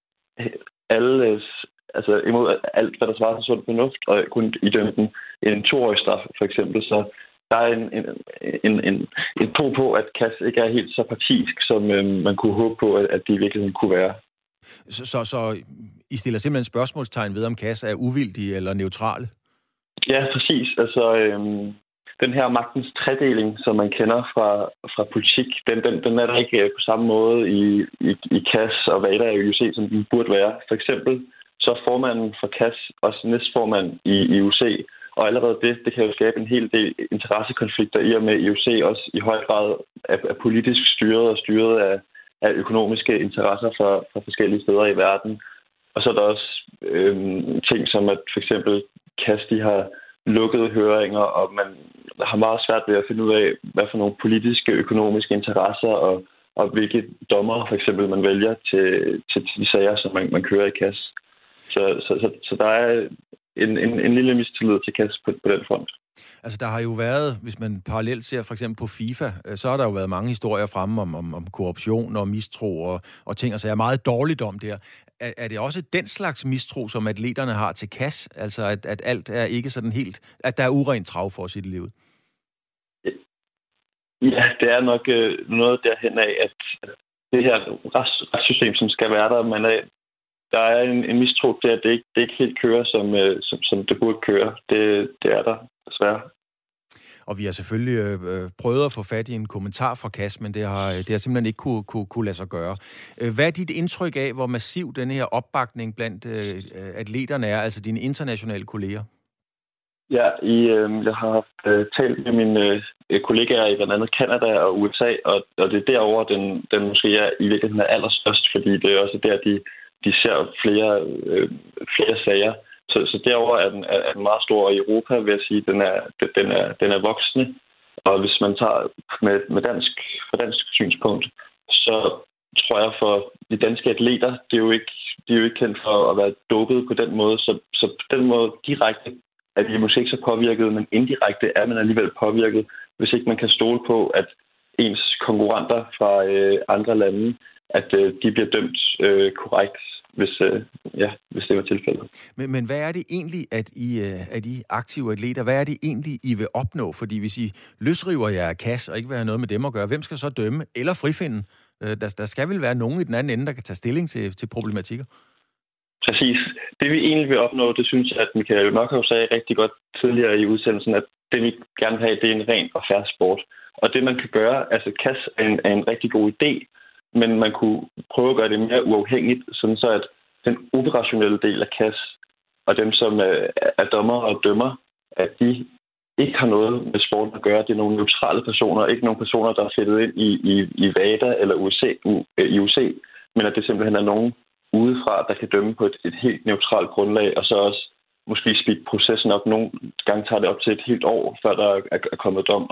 imod alt, hvad der svarer til sund fornuft, og kun idømme den en 2-årig straf, for eksempel. Så der er en tro på, at CAS ikke er helt så partisk, som man kunne håbe på, at de i virkeligheden kunne være. Så I stiller simpelthen spørgsmålstegn ved, om CAS er uvildige eller neutrale? Ja, præcis. Altså, den her magtens tredeling, som man kender fra politik, den er der ikke på samme måde i CAS og WADA og IOC, som den burde være. For eksempel så er formanden for CAS også næstformand i IOC, og allerede det kan jo skabe en hel del interessekonflikter i og med IOC også i høj grad er politisk styret og styret af økonomiske interesser fra forskellige steder i verden. Og så er der også ting som, at for eksempel CAS, de har lukkede høringer, og man har meget svært ved at finde ud af, hvad for nogle politiske, økonomiske interesser og hvilke dommer for eksempel man vælger til de sager, som man kører i CAS. Så der er en lille mistillid til CAS på den front. Altså, der har jo været, hvis man parallelt ser for eksempel på FIFA, så har der jo været mange historier fremme om korruption og mistro og ting, og så er meget dårligt om der. Er det også den slags mistro, som atleterne har til CAS? Altså, at alt er ikke sådan helt, at der er urent trav for at sige det livet? Ja, det er nok noget derhen af, at det her retssystem, som skal være der, der er en mistro til, at det ikke helt kører, som det burde køre. Det er der, desværre. Og vi har selvfølgelig prøvet at få fat i en kommentar fra CAS, men det har simpelthen ikke kunne lade sig gøre. Hvad er dit indtryk af, hvor massiv den her opbakning blandt atleterne er, altså dine internationale kolleger? Ja, jeg har haft talt med mine kollegaer i blandt andet Canada og USA, og det er derovre, den måske er i virkeligheden er allerstørst, fordi det er også der, de ser flere sager. Så derover er den meget stor, og i Europa vil jeg sige, den er voksende. Og hvis man tager fra dansk synspunkt, så tror jeg for de danske atleter, de er jo ikke kendt for at være dopet på den måde. Så på den måde direkte er de måske ikke så påvirket, men indirekte er man alligevel påvirket, hvis ikke man kan stole på, at ens konkurrenter fra andre lande, at de bliver dømt korrekt, hvis det var tilfældet. Men hvad er det egentlig, at I aktive atleter, hvad er det egentlig, I vil opnå? Fordi hvis I løsriver jer af CAS og ikke vil have noget med dem at gøre, hvem skal så dømme eller frifinde? Der skal vel være nogen i den anden ende, der kan tage stilling til problematikker? Præcis. Det vi egentlig vil opnå, det synes jeg, at Michael Mørkøv sagde rigtig godt tidligere i udsendelsen, at det vi gerne vil have, det er en ren og fair sport. Og det man kan gøre, altså CAS er en rigtig god idé, men man kunne prøve at gøre det mere uafhængigt, sådan så at den operationelle del af CAS og dem, som er dommer og dømmer, at de ikke har noget med sporten at gøre. Det er nogle neutrale personer, ikke nogle personer, der er fættet ind i WADA eller IOC, men at det simpelthen er nogen udefra, der kan dømme på et helt neutralt grundlag, og så også måske speede processen op. Nogle gange tager det op til et helt år, før der er kommet dom,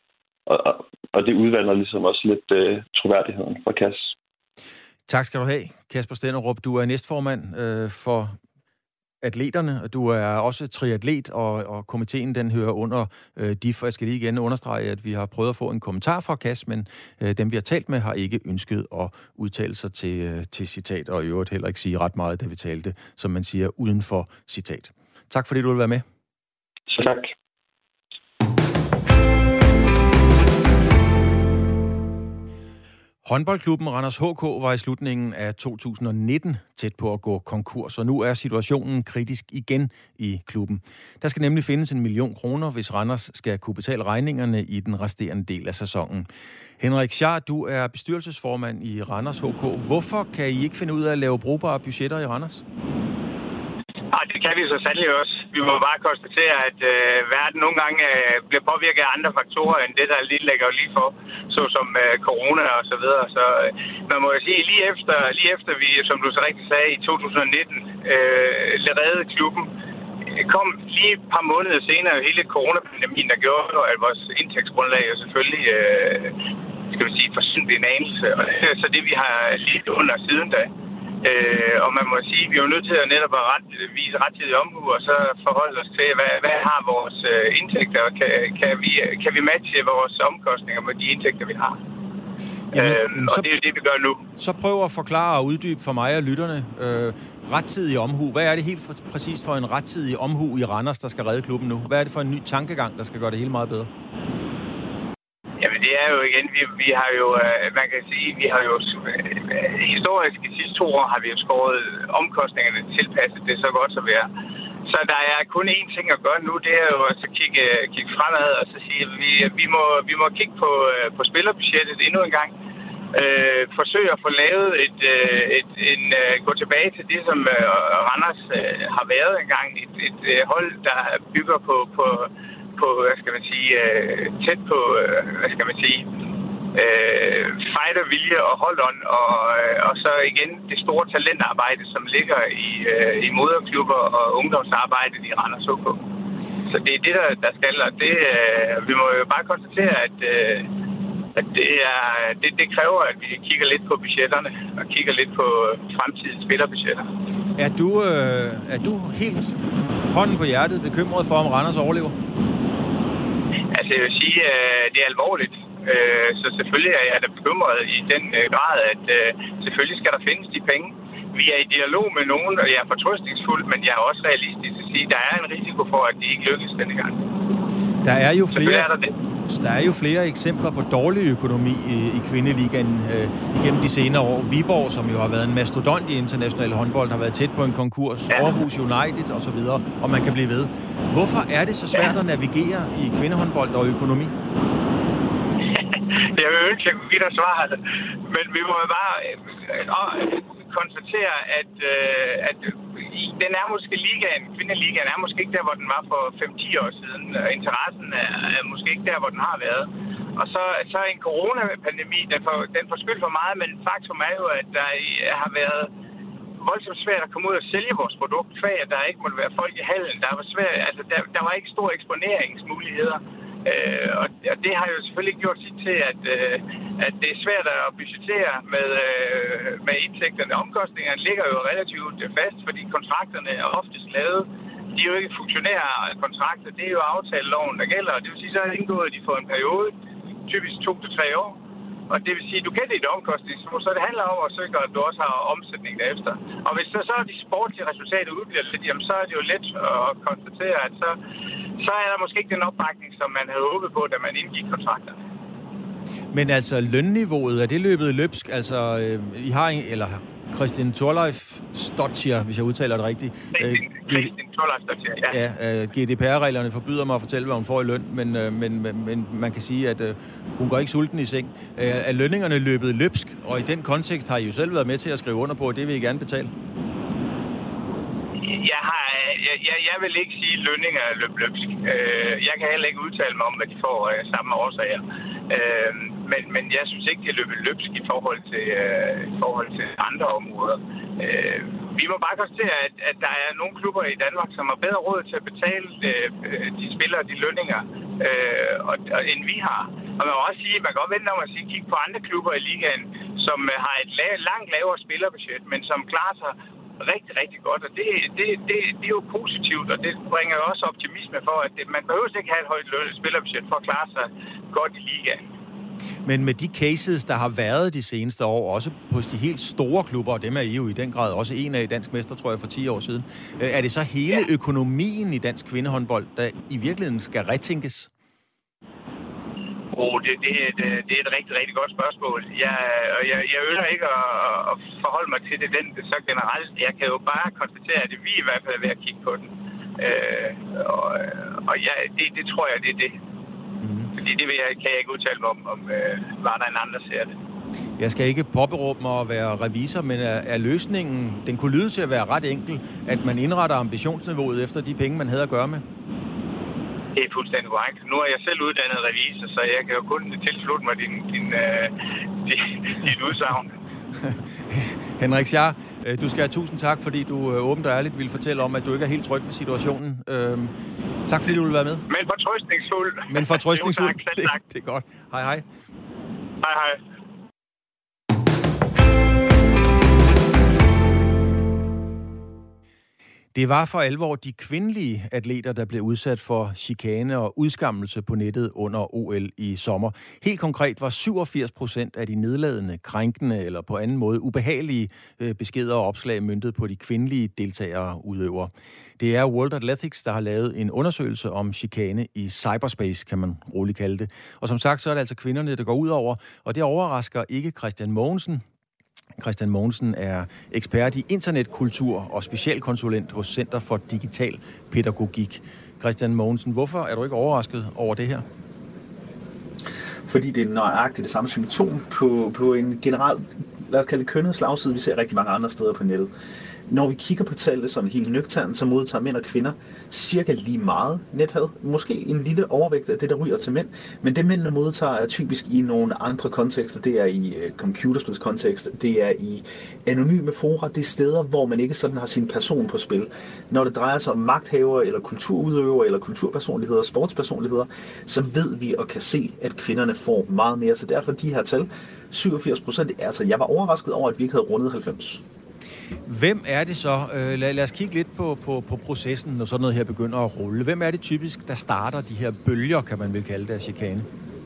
og det udvander ligesom også lidt troværdigheden for CAS. Tak skal du have, Kasper Stenderup. Du er næstformand for atleterne, og du er også triatlet, og komiteen den hører under DIF. Jeg skal lige igen understrege, at vi har prøvet at få en kommentar fra CAS, men dem vi har talt med har ikke ønsket at udtale sig til citat, og i øvrigt heller ikke sige ret meget, da vi talte, som man siger, uden for citat. Tak fordi du vil være med. Så tak. Håndboldklubben Randers HK var i slutningen af 2019 tæt på at gå konkurs, og nu er situationen kritisk igen i klubben. Der skal nemlig findes 1 million kroner, hvis Randers skal kunne betale regningerne i den resterende del af sæsonen. Henrik Schar, du er bestyrelsesformand i Randers HK. Hvorfor kan I ikke finde ud af at lave brugbare budgetter i Randers? Det kan vi så sandelig også. Vi må bare konstatere, at verden nogle gange bliver påvirket af andre faktorer, end det, der lige lægger lige for, såsom corona og så videre. Så man må jo sige, lige efter vi, som du så rigtig sagde, i 2019 reddede klubben, kom lige et par måneder senere hele coronapandemien, der gjorde, at vores indtægtsgrundlag jo selvfølgelig skal vi sige, forsynte en anelse. Og det er så det, vi har lidt under siden da. Og man må sige, at vi er jo nødt til at netop vise rettidig omhu, og så forholde os til, hvad har vores indtægter, og kan vi matche vores omkostninger med de indtægter, vi har. Jamen, og det er jo det, vi gør nu. Så prøv at forklare og uddybe for mig og lytterne rettidig omhu. Hvad er det helt præcist for en rettidig omhu i Randers, der skal redde klubben nu? Hvad er det for en ny tankegang, der skal gøre det hele meget bedre? Jamen det er jo igen, vi har jo, man kan sige, vi har jo historisk de sidste 2 år har vi jo skåret omkostningerne tilpasset det så godt som vi er. Så der er kun én ting at gøre nu, det er jo at kigge fremad og så sige, at vi må kigge på spillerbudgettet endnu en gang. Forsøge at få lavet gå tilbage til det, som Randers har været engang. Et hold, der bygger på hvad skal man sige, tæt på, hvad skal man sige, fightervilje og hold-on, og så igen det store talentarbejde, som ligger i moderklubber og ungdomsarbejdet i Randers HK. Så det er det, der skal, og det, vi må jo bare konstatere, at det kræver, at vi kigger lidt på budgetterne og kigger lidt på fremtidens spillerbudgetter. Er du helt hånden på hjertet bekymret for, om Randers overlever? Altså jeg vil sige, det er alvorligt. Så selvfølgelig er jeg da bekymret i den grad, at selvfølgelig skal der findes de penge. Vi er i dialog med nogen, og jeg er fortrøstningsfuld, men jeg er også realistisk at sige, at der er en risiko for, at det ikke lykkes denne gang. Der er jo flere eksempler på dårlig økonomi i kvindeligaen igennem de senere år. Viborg, som jo har været en mastodont i international håndbold, har været tæt på en konkurs. Ja. Aarhus United osv., og man kan blive ved. Hvorfor er det så svært at navigere i kvindehåndbold og økonomi? Jeg vil ønske, at jeg kunne give dig svaret. Men vi må bare konstatere, at den er måske kvindeligaen er måske ikke der, hvor den var for 5-10 år siden. Interessen er måske ikke der, hvor den har været. Og så en coronapandemi, den får skyld for meget, men faktum er jo, at der har været voldsomt svært at komme ud og sælge vores produkt, at der ikke måtte være folk i hallen. Der var ikke store eksponeringsmuligheder. Og det har jo selvfølgelig gjort sit til, at det er svært at budgettere med indtægterne. Omkostningerne ligger jo relativt fast, fordi kontrakterne er oftest lavet. De er jo ikke funktionære kontrakter, det er jo aftaleloven, der gælder. Det vil sige, så er det indgået, at de får en periode, typisk 2 til 3 år. Og det vil sige, at du kender dit omkostningsniveau, så det handler om at sikre, at du også har omsætning derefter. Og hvis så de sportslige resultater udbliver lidt, jamen så er det jo let at konstatere, at så er der måske ikke den opbakning, som man havde håbet på, da man indgik kontrakterne. Men altså lønniveauet, er det løbet løbsk? Altså, I har Kristin Thorleifsdottir, hvis jeg udtaler det rigtigt. Kristin Thorleifsdottir, ja. Ja, GDPR-reglerne forbyder mig at fortælle, hvad hun får i løn, men man kan sige, at hun går ikke sulten i seng. Er lønningerne løbet løbsk? Og i den kontekst har I jo selv været med til at skrive under på, at det vil I gerne betale. Jeg vil ikke sige, at lønninger er løbsk. Jeg kan heller ikke udtale mig om, hvad de får samme årsager. Men jeg synes ikke, det er løbet løbsk i forhold til andre områder. Vi må bare konstatere, at der er nogle klubber i Danmark, som har bedre råd til at betale de spillere, de lønninger, end vi har. Og man må også sige, man kan godt vente om at kigge på andre klubber i ligaen, som har et langt lavere spillerbudget, men som klarer sig rigtig, rigtig godt. Og det er jo positivt, og det bringer jo også optimisme for, at man behøver ikke have et højt spillerbudget for at klare sig godt i ligaen. Men med de cases, der har været de seneste år, også hos de helt store klubber, og dem er I jo i den grad også en af dansk mester, tror jeg, for 10 år siden, er det så hele økonomien i dansk kvindehåndbold, der i virkeligheden skal retænkes? Det er et rigtig, rigtig godt spørgsmål. Jeg ønsker ikke at forholde mig til det så generelt. Jeg kan jo bare konstatere, at vi i hvert fald er ved at kigge på den. Det tror jeg, det er det. Fordi det kan jeg ikke udtale mig om var der en anden, der ser det. Jeg skal ikke påberåbe mig at være revisor, men er løsningen, den kunne lyde til at være ret enkel, at man indretter ambitionsniveauet efter de penge, man havde at gøre med? Det er fuldstændig korrekt. Nu er jeg selv uddannet revisor, så jeg kan jo kun tilslutte mig din udsagn. Henrik Schar, du skal have tusind tak, fordi du åbent og ærligt ville fortælle om, at du ikke er helt tryg ved situationen. Tak fordi du ville være med. Men fortrøstningsfuld. Det er godt. Hej hej. Hej hej. Det var for alvor de kvindelige atleter, der blev udsat for chikane og udskammelse på nettet under OL i sommer. Helt konkret var 87% af de nedladende, krænkende eller på anden måde ubehagelige beskeder og opslag møntet på de kvindelige deltagere og udøvere. Det er World Athletics, der har lavet en undersøgelse om chikane i cyberspace, kan man roligt kalde det. Og som sagt, så er det altså kvinderne, der går ud over, og det overrasker ikke Christian Mogensen. Christian Mogensen er ekspert i internetkultur og specialkonsulent hos Center for Digital Pædagogik. Christian Mogensen, hvorfor er du ikke overrasket over det her? Fordi det er nøjagtigt det samme symptom på en generel, lad os kalde det kønnet slagside, vi ser rigtig mange andre steder på nettet. Når vi kigger på tallene sådan helt nøgternt, så modtager mænd og kvinder cirka lige meget nethad. Måske en lille overvægt af det, der ryger til mænd. Men det mændene modtager er typisk i nogle andre kontekster. Det er i computerspilskontekst, det er i anonyme fora. Det er steder, hvor man ikke sådan har sin person på spil. Når det drejer sig om magthavere, eller kulturudøvere, eller kulturpersonligheder, sportspersonligheder, så ved vi og kan se, at kvinderne får meget mere. Så derfor de her tal, 87%, altså jeg var overrasket over, at vi ikke havde rundet 90%. Hvem er det så? Lad os kigge lidt på processen, når sådan noget her begynder at rulle. Hvem er det typisk, der starter de her bølger, kan man vel kalde det, af chikane?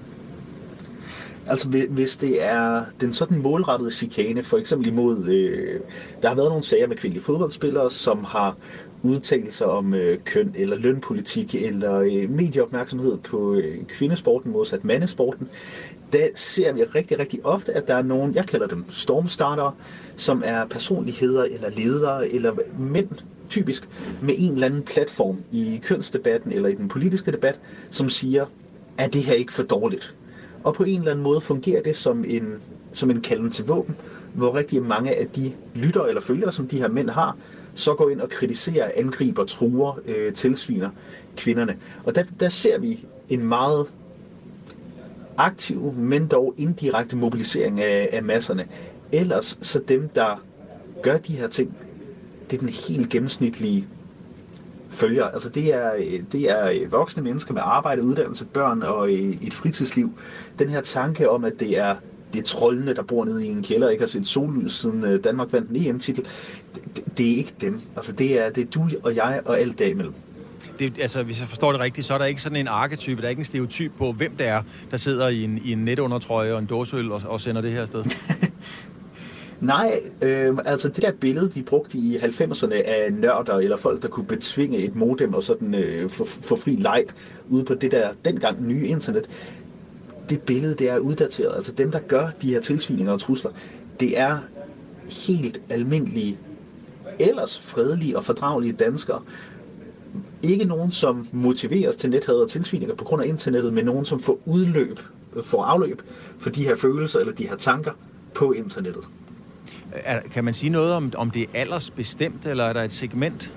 Altså hvis det er den sådan målrettede chikane, for eksempel imod, der har været nogle sager med kvindelige fodboldspillere, som har udtalt sig om køn eller lønpolitik eller medieopmærksomhed på kvindesporten modsat mandesporten, der ser vi rigtig, rigtig ofte, at der er nogen, jeg kalder dem stormstartere, som er personligheder eller ledere eller mænd, typisk med en eller anden platform i kønsdebatten eller i den politiske debat, som siger, at det her ikke for dårligt. Og på en eller anden måde fungerer det som en kalden til våben, hvor rigtig mange af de lyttere eller følgere, som de her mænd har, så går ind og kritiserer, angriber, truer, tilsviner kvinderne. Og der ser vi en meget aktiv, men dog indirekte mobilisering af masserne. Ellers så dem, der gør de her ting, det er den helt gennemsnitlige følger. Altså det er voksne mennesker med arbejde, uddannelse, børn og et fritidsliv. Den her tanke om, at det er troldene, der bor nede i en kælder og ikke har set sollys siden Danmark vandt en EM-titel, det er ikke dem. Altså det er du og jeg og alt derimellem. Altså, hvis jeg forstår det rigtigt, så er der ikke sådan en arketype, der er ikke en stereotyp på, hvem det er, der sidder i en netundertrøje og en dåseøl og sender det her sted. Nej, altså det der billede, vi brugte i 90'erne af nørder eller folk, der kunne betvinge et modem og sådan få fri light ude på det der dengang nye internet, det billede, det er uddateret. Altså dem, der gør de her tilsvininger og trusler, det er helt almindelige, ellers fredelige og fordragelige danskere. Ikke nogen, som motiveres til nethad og tilsvininger på grund af internettet, men nogen, som får afløb for de her følelser eller de her tanker på internettet. Kan man sige noget om det er aldersbestemt, eller er der et segment?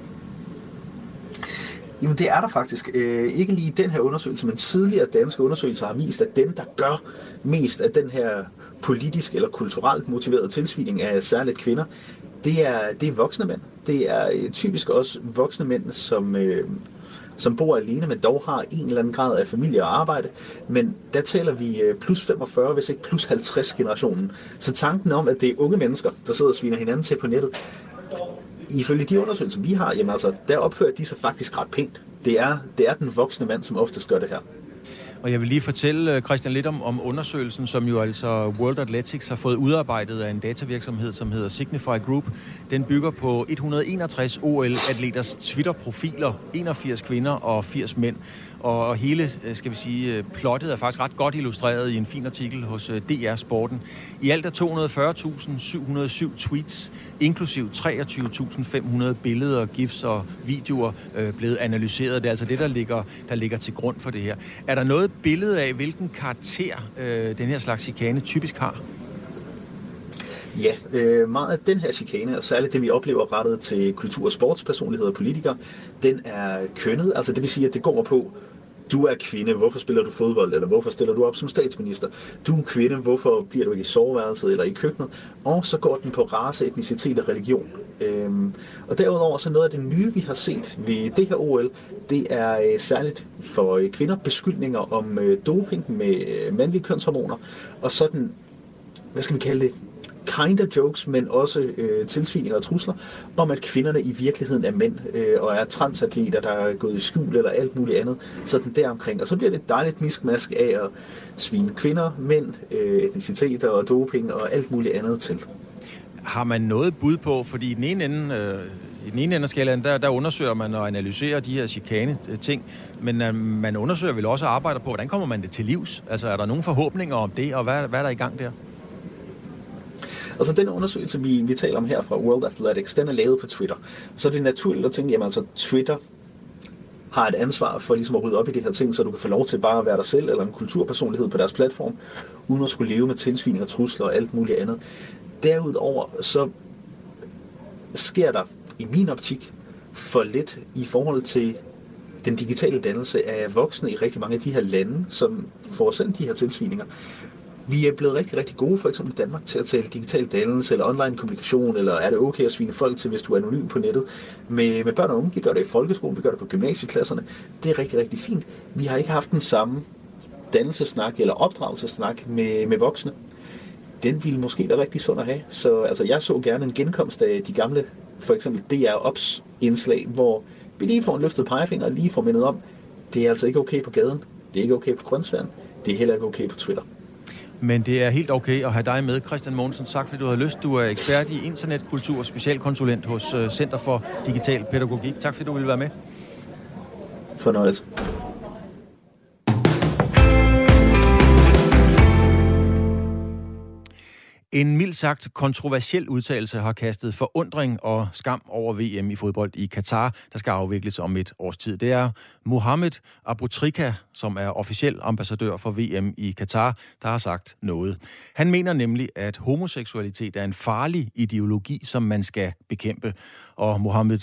Jamen det er der faktisk. Ikke lige den her undersøgelse, men tidligere danske undersøgelser har vist, at dem, der gør mest af den her politisk eller kulturelt motiverede tilsvining af særligt kvinder, det er voksne mænd. Det er typisk også voksne mænd, som bor alene, men dog har en eller anden grad af familie og arbejde. Men der taler vi plus 45, hvis ikke plus 50 generationen. Så tanken om, at det er unge mennesker, der sidder og sviner hinanden til på nettet, ifølge de undersøgelser, vi har, jamen altså, der opfører de sig faktisk ret pænt. Det er den voksne mand, som oftest gør det her. Og jeg vil lige fortælle, Christian, lidt om undersøgelsen, som jo altså World Athletics har fået udarbejdet af en datavirksomhed, som hedder Signify Group. Den bygger på 161 OL-atleters Twitter-profiler, 81 kvinder og 80 mænd. Og hele, skal vi sige, plottet er faktisk ret godt illustreret i en fin artikel hos DR Sporten. I alt er 240.707 tweets, inklusiv 23.500 billeder, gifs og videoer blevet analyseret. Det er altså det, der ligger til grund for det her. Er der noget billede af, hvilken karakter den her slags chikane typisk har? Ja, meget af den her chikane, og særligt det, vi oplever rettet til kultur- og sportspersonligheder og politikere, den er kønnet. Altså det vil sige, at det går på, du er kvinde, hvorfor spiller du fodbold, eller hvorfor stiller du op som statsminister? Du er kvinde, hvorfor bliver du ikke i soveværelset eller i køkkenet? Og så går den på race, etnicitet og religion. Og derudover så noget af det nye, vi har set ved det her OL, det er særligt for kvinder beskyldninger om doping med mandlige kønshormoner, og sådan, hvad skal vi kalde det, kind of jokes, men også tilsvininger og trusler, om at kvinderne i virkeligheden er mænd, og er transatleter, der er gået i skjul eller alt muligt andet, sådan deromkring. Og så bliver det et dejligt miskmask af at svine kvinder, mænd, etniciteter og doping og alt muligt andet til. Har man noget bud på, fordi i den ene ende af skalaen, der undersøger man og analyserer de her chikane-ting, men man undersøger vel også og arbejder på, hvordan kommer man det til livs? Altså, er der nogle forhåbninger om det, og hvad er der i gang der? Altså, den undersøgelse, vi taler om her fra World Athletics, den er lavet på Twitter. Så er det naturligt at tænke, jamen altså, Twitter har et ansvar for ligesom at rydde op i de her ting, så du kan få lov til bare at være dig selv, eller en kulturpersonlighed på deres platform, uden at skulle leve med tilsvining og trusler og alt muligt andet. Derudover, så sker der i min optik for lidt i forhold til den digitale dannelse af voksne i rigtig mange af de her lande, som får sendt de her tilsvininger. Vi er blevet rigtig, rigtig gode, for eksempel i Danmark, til at tale digital dannelse eller online kommunikation, eller er det okay at svine folk til, hvis du er anonym på nettet. Med børn og unge, vi gør det i folkeskolen, vi gør det på gymnasieklasserne. Det er rigtig, rigtig fint. Vi har ikke haft den samme dannelsesnak eller opdragelsesnak med voksne. Den ville måske være rigtig sund at have. Så altså, jeg så gerne en genkomst af de gamle, for eksempel DR Ops indslag, hvor vi lige får en løftet pegefinger og lige får mindet om, det er altså ikke okay på gaden, det er ikke okay på Grønsværen, det er heller ikke okay på Twitter. Men det er helt okay at have dig med, Christian Mogensen. Tak fordi du har lyst. Du er ekspert i internetkultur og specialkonsulent hos Center for Digital Pædagogik. Tak fordi du ville være med. Fornøjelse. En mildt sagt kontroversiel udtalelse har kastet forundring og skam over VM i fodbold i Katar, der skal afvikles om et års tid. Det er Mohamed Aboutrika, som er officiel ambassadør for VM i Katar, der har sagt noget. Han mener nemlig, at homoseksualitet er en farlig ideologi, som man skal bekæmpe. Og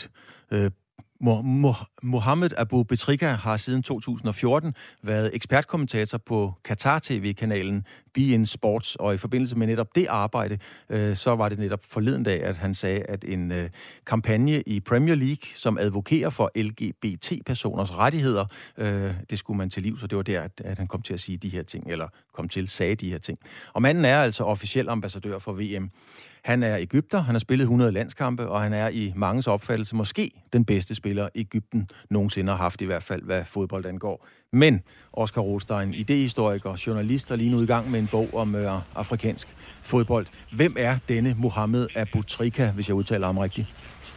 Mohamed Aboutrika har siden 2014 været ekspertkommentator på Qatar TV-kanalen beIN Sports, og i forbindelse med netop det arbejde, så var det netop forleden dag, at han sagde, at en kampagne i Premier League, som advokerer for LGBT-personers rettigheder, det skulle man til livs, og det var der, at han kom til at sige de her ting, eller sagde de her ting. Og manden er altså officiel ambassadør for VM. Han er egypter, han har spillet 100 landskampe, og han er i manges opfattelse måske den bedste spiller, Egypten nogensinde har haft, i hvert fald hvad fodbold angår. Men Oscar Rothstein, idehistoriker, journalist, er lige nu i gang med en bog om afrikansk fodbold. Hvem er denne Mohamed Aboutrika, hvis jeg udtaler ham rigtigt?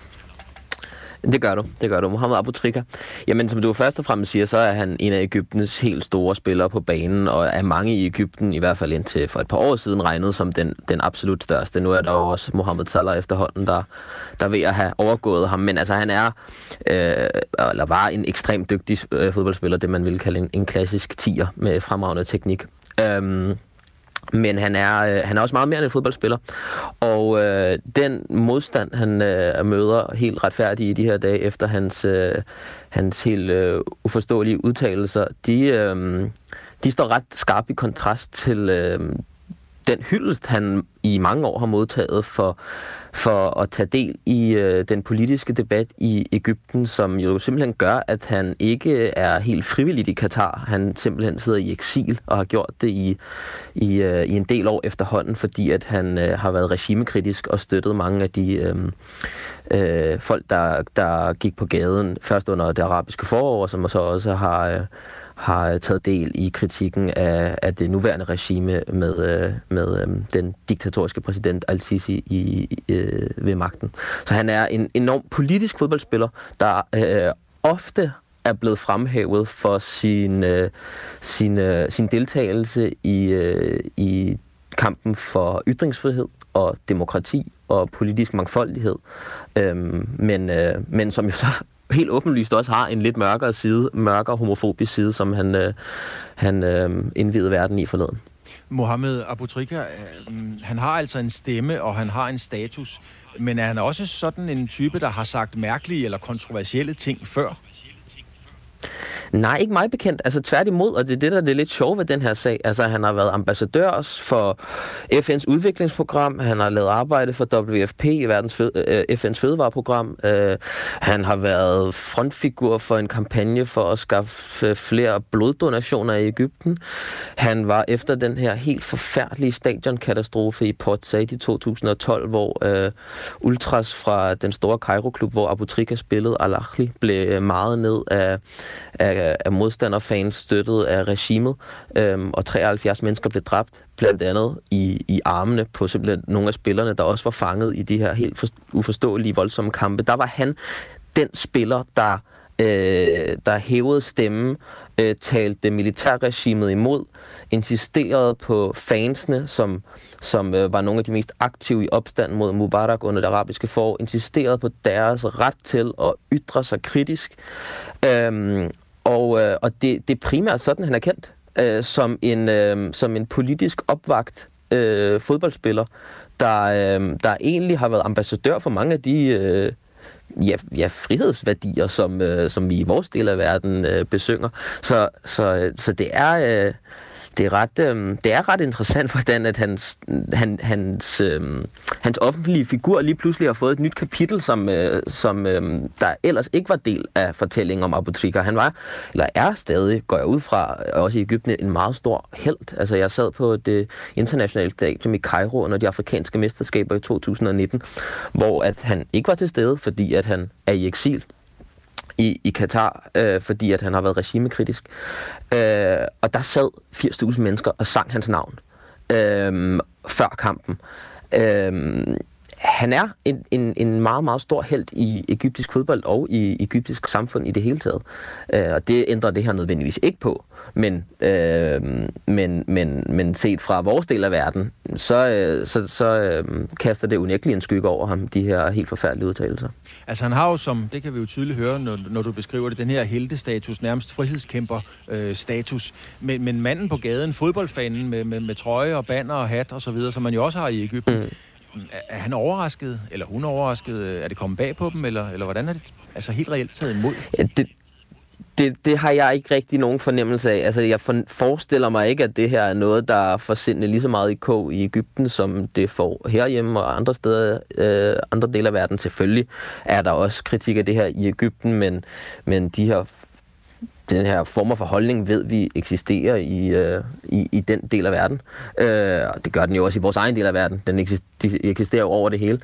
Det gør du. Mohamed Aboutrika. Jamen, som du først og fremmest siger, så er han en af Egyptens helt store spillere på banen, og er mange i Egypten, i hvert fald indtil for et par år siden, regnet som den absolut største. Nu er der jo også Mohamed Salah efterhånden, der er ved at have overgået ham. Men altså, han er, eller var en ekstremt dygtig fodboldspiller, det man ville kalde en klassisk tier med fremragende teknik. Men han er også meget mere end en fodboldspiller. Og den modstand, han møder helt retfærdigt i de her dage efter hans helt uforståelige udtalelser, de står ret skarpt i kontrast til den hyldest, han i mange år har modtaget for at tage del i den politiske debat i Egypten, som jo simpelthen gør, at han ikke er helt frivilligt i Katar. Han simpelthen sidder i eksil og har gjort det i en del år efterhånden, fordi at han har været regimekritisk og støttet mange af de folk, der gik på gaden først under det arabiske forår, som så også har taget del i kritikken af det nuværende regime med den diktatoriske præsident Al-Sisi ved magten. Så han er en enorm politisk fodboldspiller, der ofte er blevet fremhævet for sin deltagelse i kampen for ytringsfrihed og demokrati og politisk mangfoldighed. Men som jo så helt åbenlyst også har en lidt mørkere homofobisk side, som han indvidede verden i forleden. Mohamed Aboutrika, han har altså en stemme, og han har en status, men er han også sådan en type, der har sagt mærkelige eller kontroversielle ting før? Nej, ikke mig bekendt. Altså tværtimod, og det er det, der er lidt sjovt ved den her sag. Altså han har været ambassadør for FN's udviklingsprogram, han har lavet arbejde for WFP, FN's fødevareprogram, han har været frontfigur for en kampagne for at skaffe flere bloddonationer i Egypten. Han var efter den her helt forfærdelige stadionkatastrofe i Port Said i 2012, hvor ultras fra den store Cairo-klub, hvor Abu Trika spillede, Al-Ahly, blev meget ned af modstanderfans støttet af regimet, og 73 mennesker blev dræbt, blandt andet i armene på simpelthen nogle af spillerne, der også var fanget i de her helt uforståelige, voldsomme kampe. Der var han den spiller, der hævede stemmen, talte militærregimet imod, insisterede på fansene, som var nogle af de mest aktive i opstanden mod Mubarak under det arabiske forår, insisterede på deres ret til at ytre sig kritisk. Og det er primært sådan, han er kendt, som en politisk opvagt fodboldspiller, der egentlig har været ambassadør for mange af de frihedsværdier, som vi i vores del af verden besynger. Så det er ret interessant, hvordan at hans offentlige figur lige pludselig har fået et nyt kapitel, som der ellers ikke var del af fortællingen om Abu Trika. Han var, eller er stadig, går jeg ud fra, også i Egypten, en meget stor helt. Altså jeg sad på det internationale stadion i Cairo under de afrikanske mesterskaber i 2019, hvor at han ikke var til stede, fordi at han er i eksil i Katar, fordi at han har været regimekritisk. Og der sad 80.000 mennesker og sang hans navn før kampen. Han er en meget, meget stor helt i egyptisk fodbold og i egyptisk samfund i det hele taget. Og det ændrer det her nødvendigvis ikke på. Men set fra vores del af verden, så kaster det unægteligt en skygge over ham, de her helt forfærdelige udtalelser. Altså han har jo, som det kan vi jo tydeligt høre, når du beskriver det, den her heltestatus, nærmest frihedskæmper-status. Men manden på gaden, fodboldfanen med trøje og banner og hat og så videre, som man jo også har i Egypten, er han overrasket, eller hun overrasket? Er det kommet bag på dem, eller hvordan er det altså helt reelt taget imod? Ja, det har jeg ikke rigtig nogen fornemmelse af. Altså, jeg forestiller mig ikke, at det her er noget, der får lige så meget i kog i Egypten, som det får herhjemme og andre steder, andre dele af verden. Selvfølgelig er der også kritik af det her i Egypten, men den her form for holdning ved vi eksisterer i den del af verden. Og det gør den jo også i vores egen del af verden. Den eksisterer jo over det hele.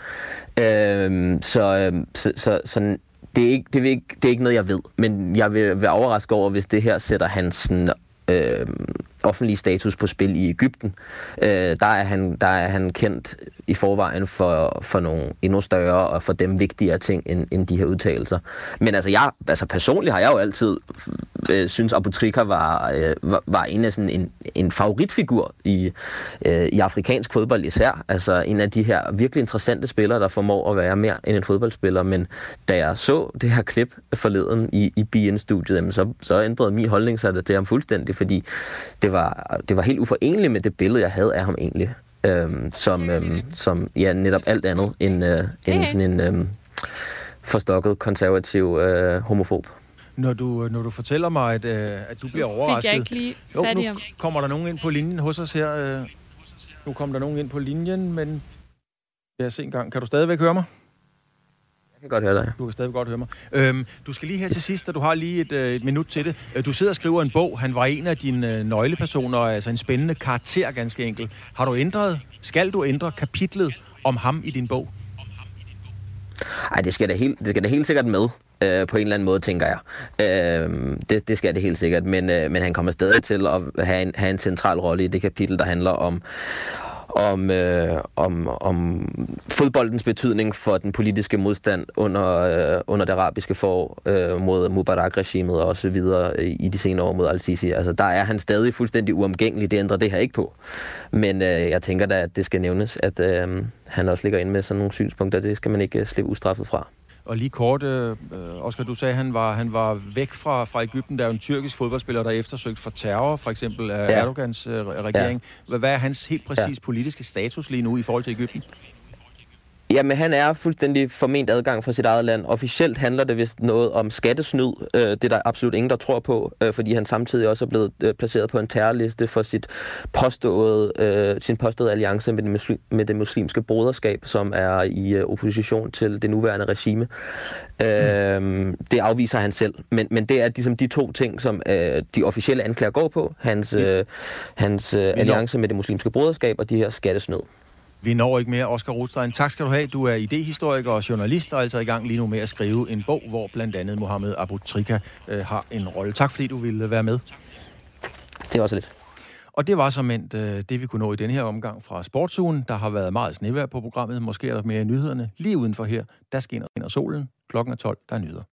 Så det er ikke noget, jeg ved. Men jeg vil være overrasket over, hvis det her sætter hans offentlige status på spil i Egypten. Der er han kendt i forvejen for nogle endnu større og for dem vigtigere ting end de her udtalelser. Men altså personligt har jeg jo altid synes Abu Trika var en af sådan en favoritfigur i afrikansk fodbold især. Altså en af de her virkelig interessante spillere, der formår at være mere end en fodboldspiller. Men da jeg så det her klip forleden i BN-studiet, så ændrede min holdning sig til ham fuldstændig, fordi det var helt uforeneligt med det billede, jeg havde af ham egentlig. Som netop alt andet end sådan en forstokket, konservativ homofob. Når du fortæller mig, at du bliver overrasket... Fik jeg ikke lige fat i ham. Nu kommer der nogen ind på linjen hos os her. Nu kommer der nogen ind på linjen, men... Lad os se en gang. Kan du stadigvæk høre mig? Jeg kan godt høre dig. Du kan stadig godt høre mig. Du skal lige her til sidst, og du har lige et minut til det. Du sidder og skriver en bog. Han var en af dine nøglepersoner, altså en spændende karakter, ganske enkelt. Skal du ændre kapitlet om ham i din bog? Ej, det skal det helt sikkert med. På en eller anden måde, tænker jeg. Det skal det helt sikkert. Men han kommer stadig til at have en central rolle i det kapitel, der handler om fodboldens betydning for den politiske modstand under det arabiske forår mod Mubarak-regimet og så videre i de senere år mod Al-Sisi. Altså, der er han stadig fuldstændig uomgængelig. Det ændrer det her ikke på. Men jeg tænker da, at det skal nævnes, at han også ligger inde med sådan nogle synspunkter. Det skal man ikke slippe ustraffet fra. Og lige kort, Oscar, du sagde, at han var væk fra Egypten. Der er jo en tyrkisk fodboldspiller, der er eftersøgt for terror, for eksempel af Erdogans regering. Hvad er hans helt præcis politiske status lige nu i forhold til Egypten? Jamen, han er fuldstændig forment adgang fra sit eget land. Officielt handler det vist noget om skattesnyd. Det er der absolut ingen, der tror på, fordi han samtidig også er blevet placeret på en terrorliste for sin påståede alliance med det muslimske broderskab, som er i opposition til det nuværende regime. Det afviser han selv. Men det er ligesom de to ting, som de officielle anklager går på. Hans alliance med det muslimske broderskab og de her skattesnyd. Vi når ikke mere. Oscar Rothstein, tak skal du have. Du er idehistoriker og journalist, og altså i gang lige nu med at skrive en bog, hvor blandt andet Mohamed Aboutrika har en rolle. Tak fordi du ville være med. Det var så lidt. Og det var såmænd det, vi kunne nå i denne her omgang fra Sportsugen. Der har været meget snevejr på programmet. Måske er der mere i nyhederne. Lige udenfor her, der skinner solen. Klokken er 12, der er nyheder.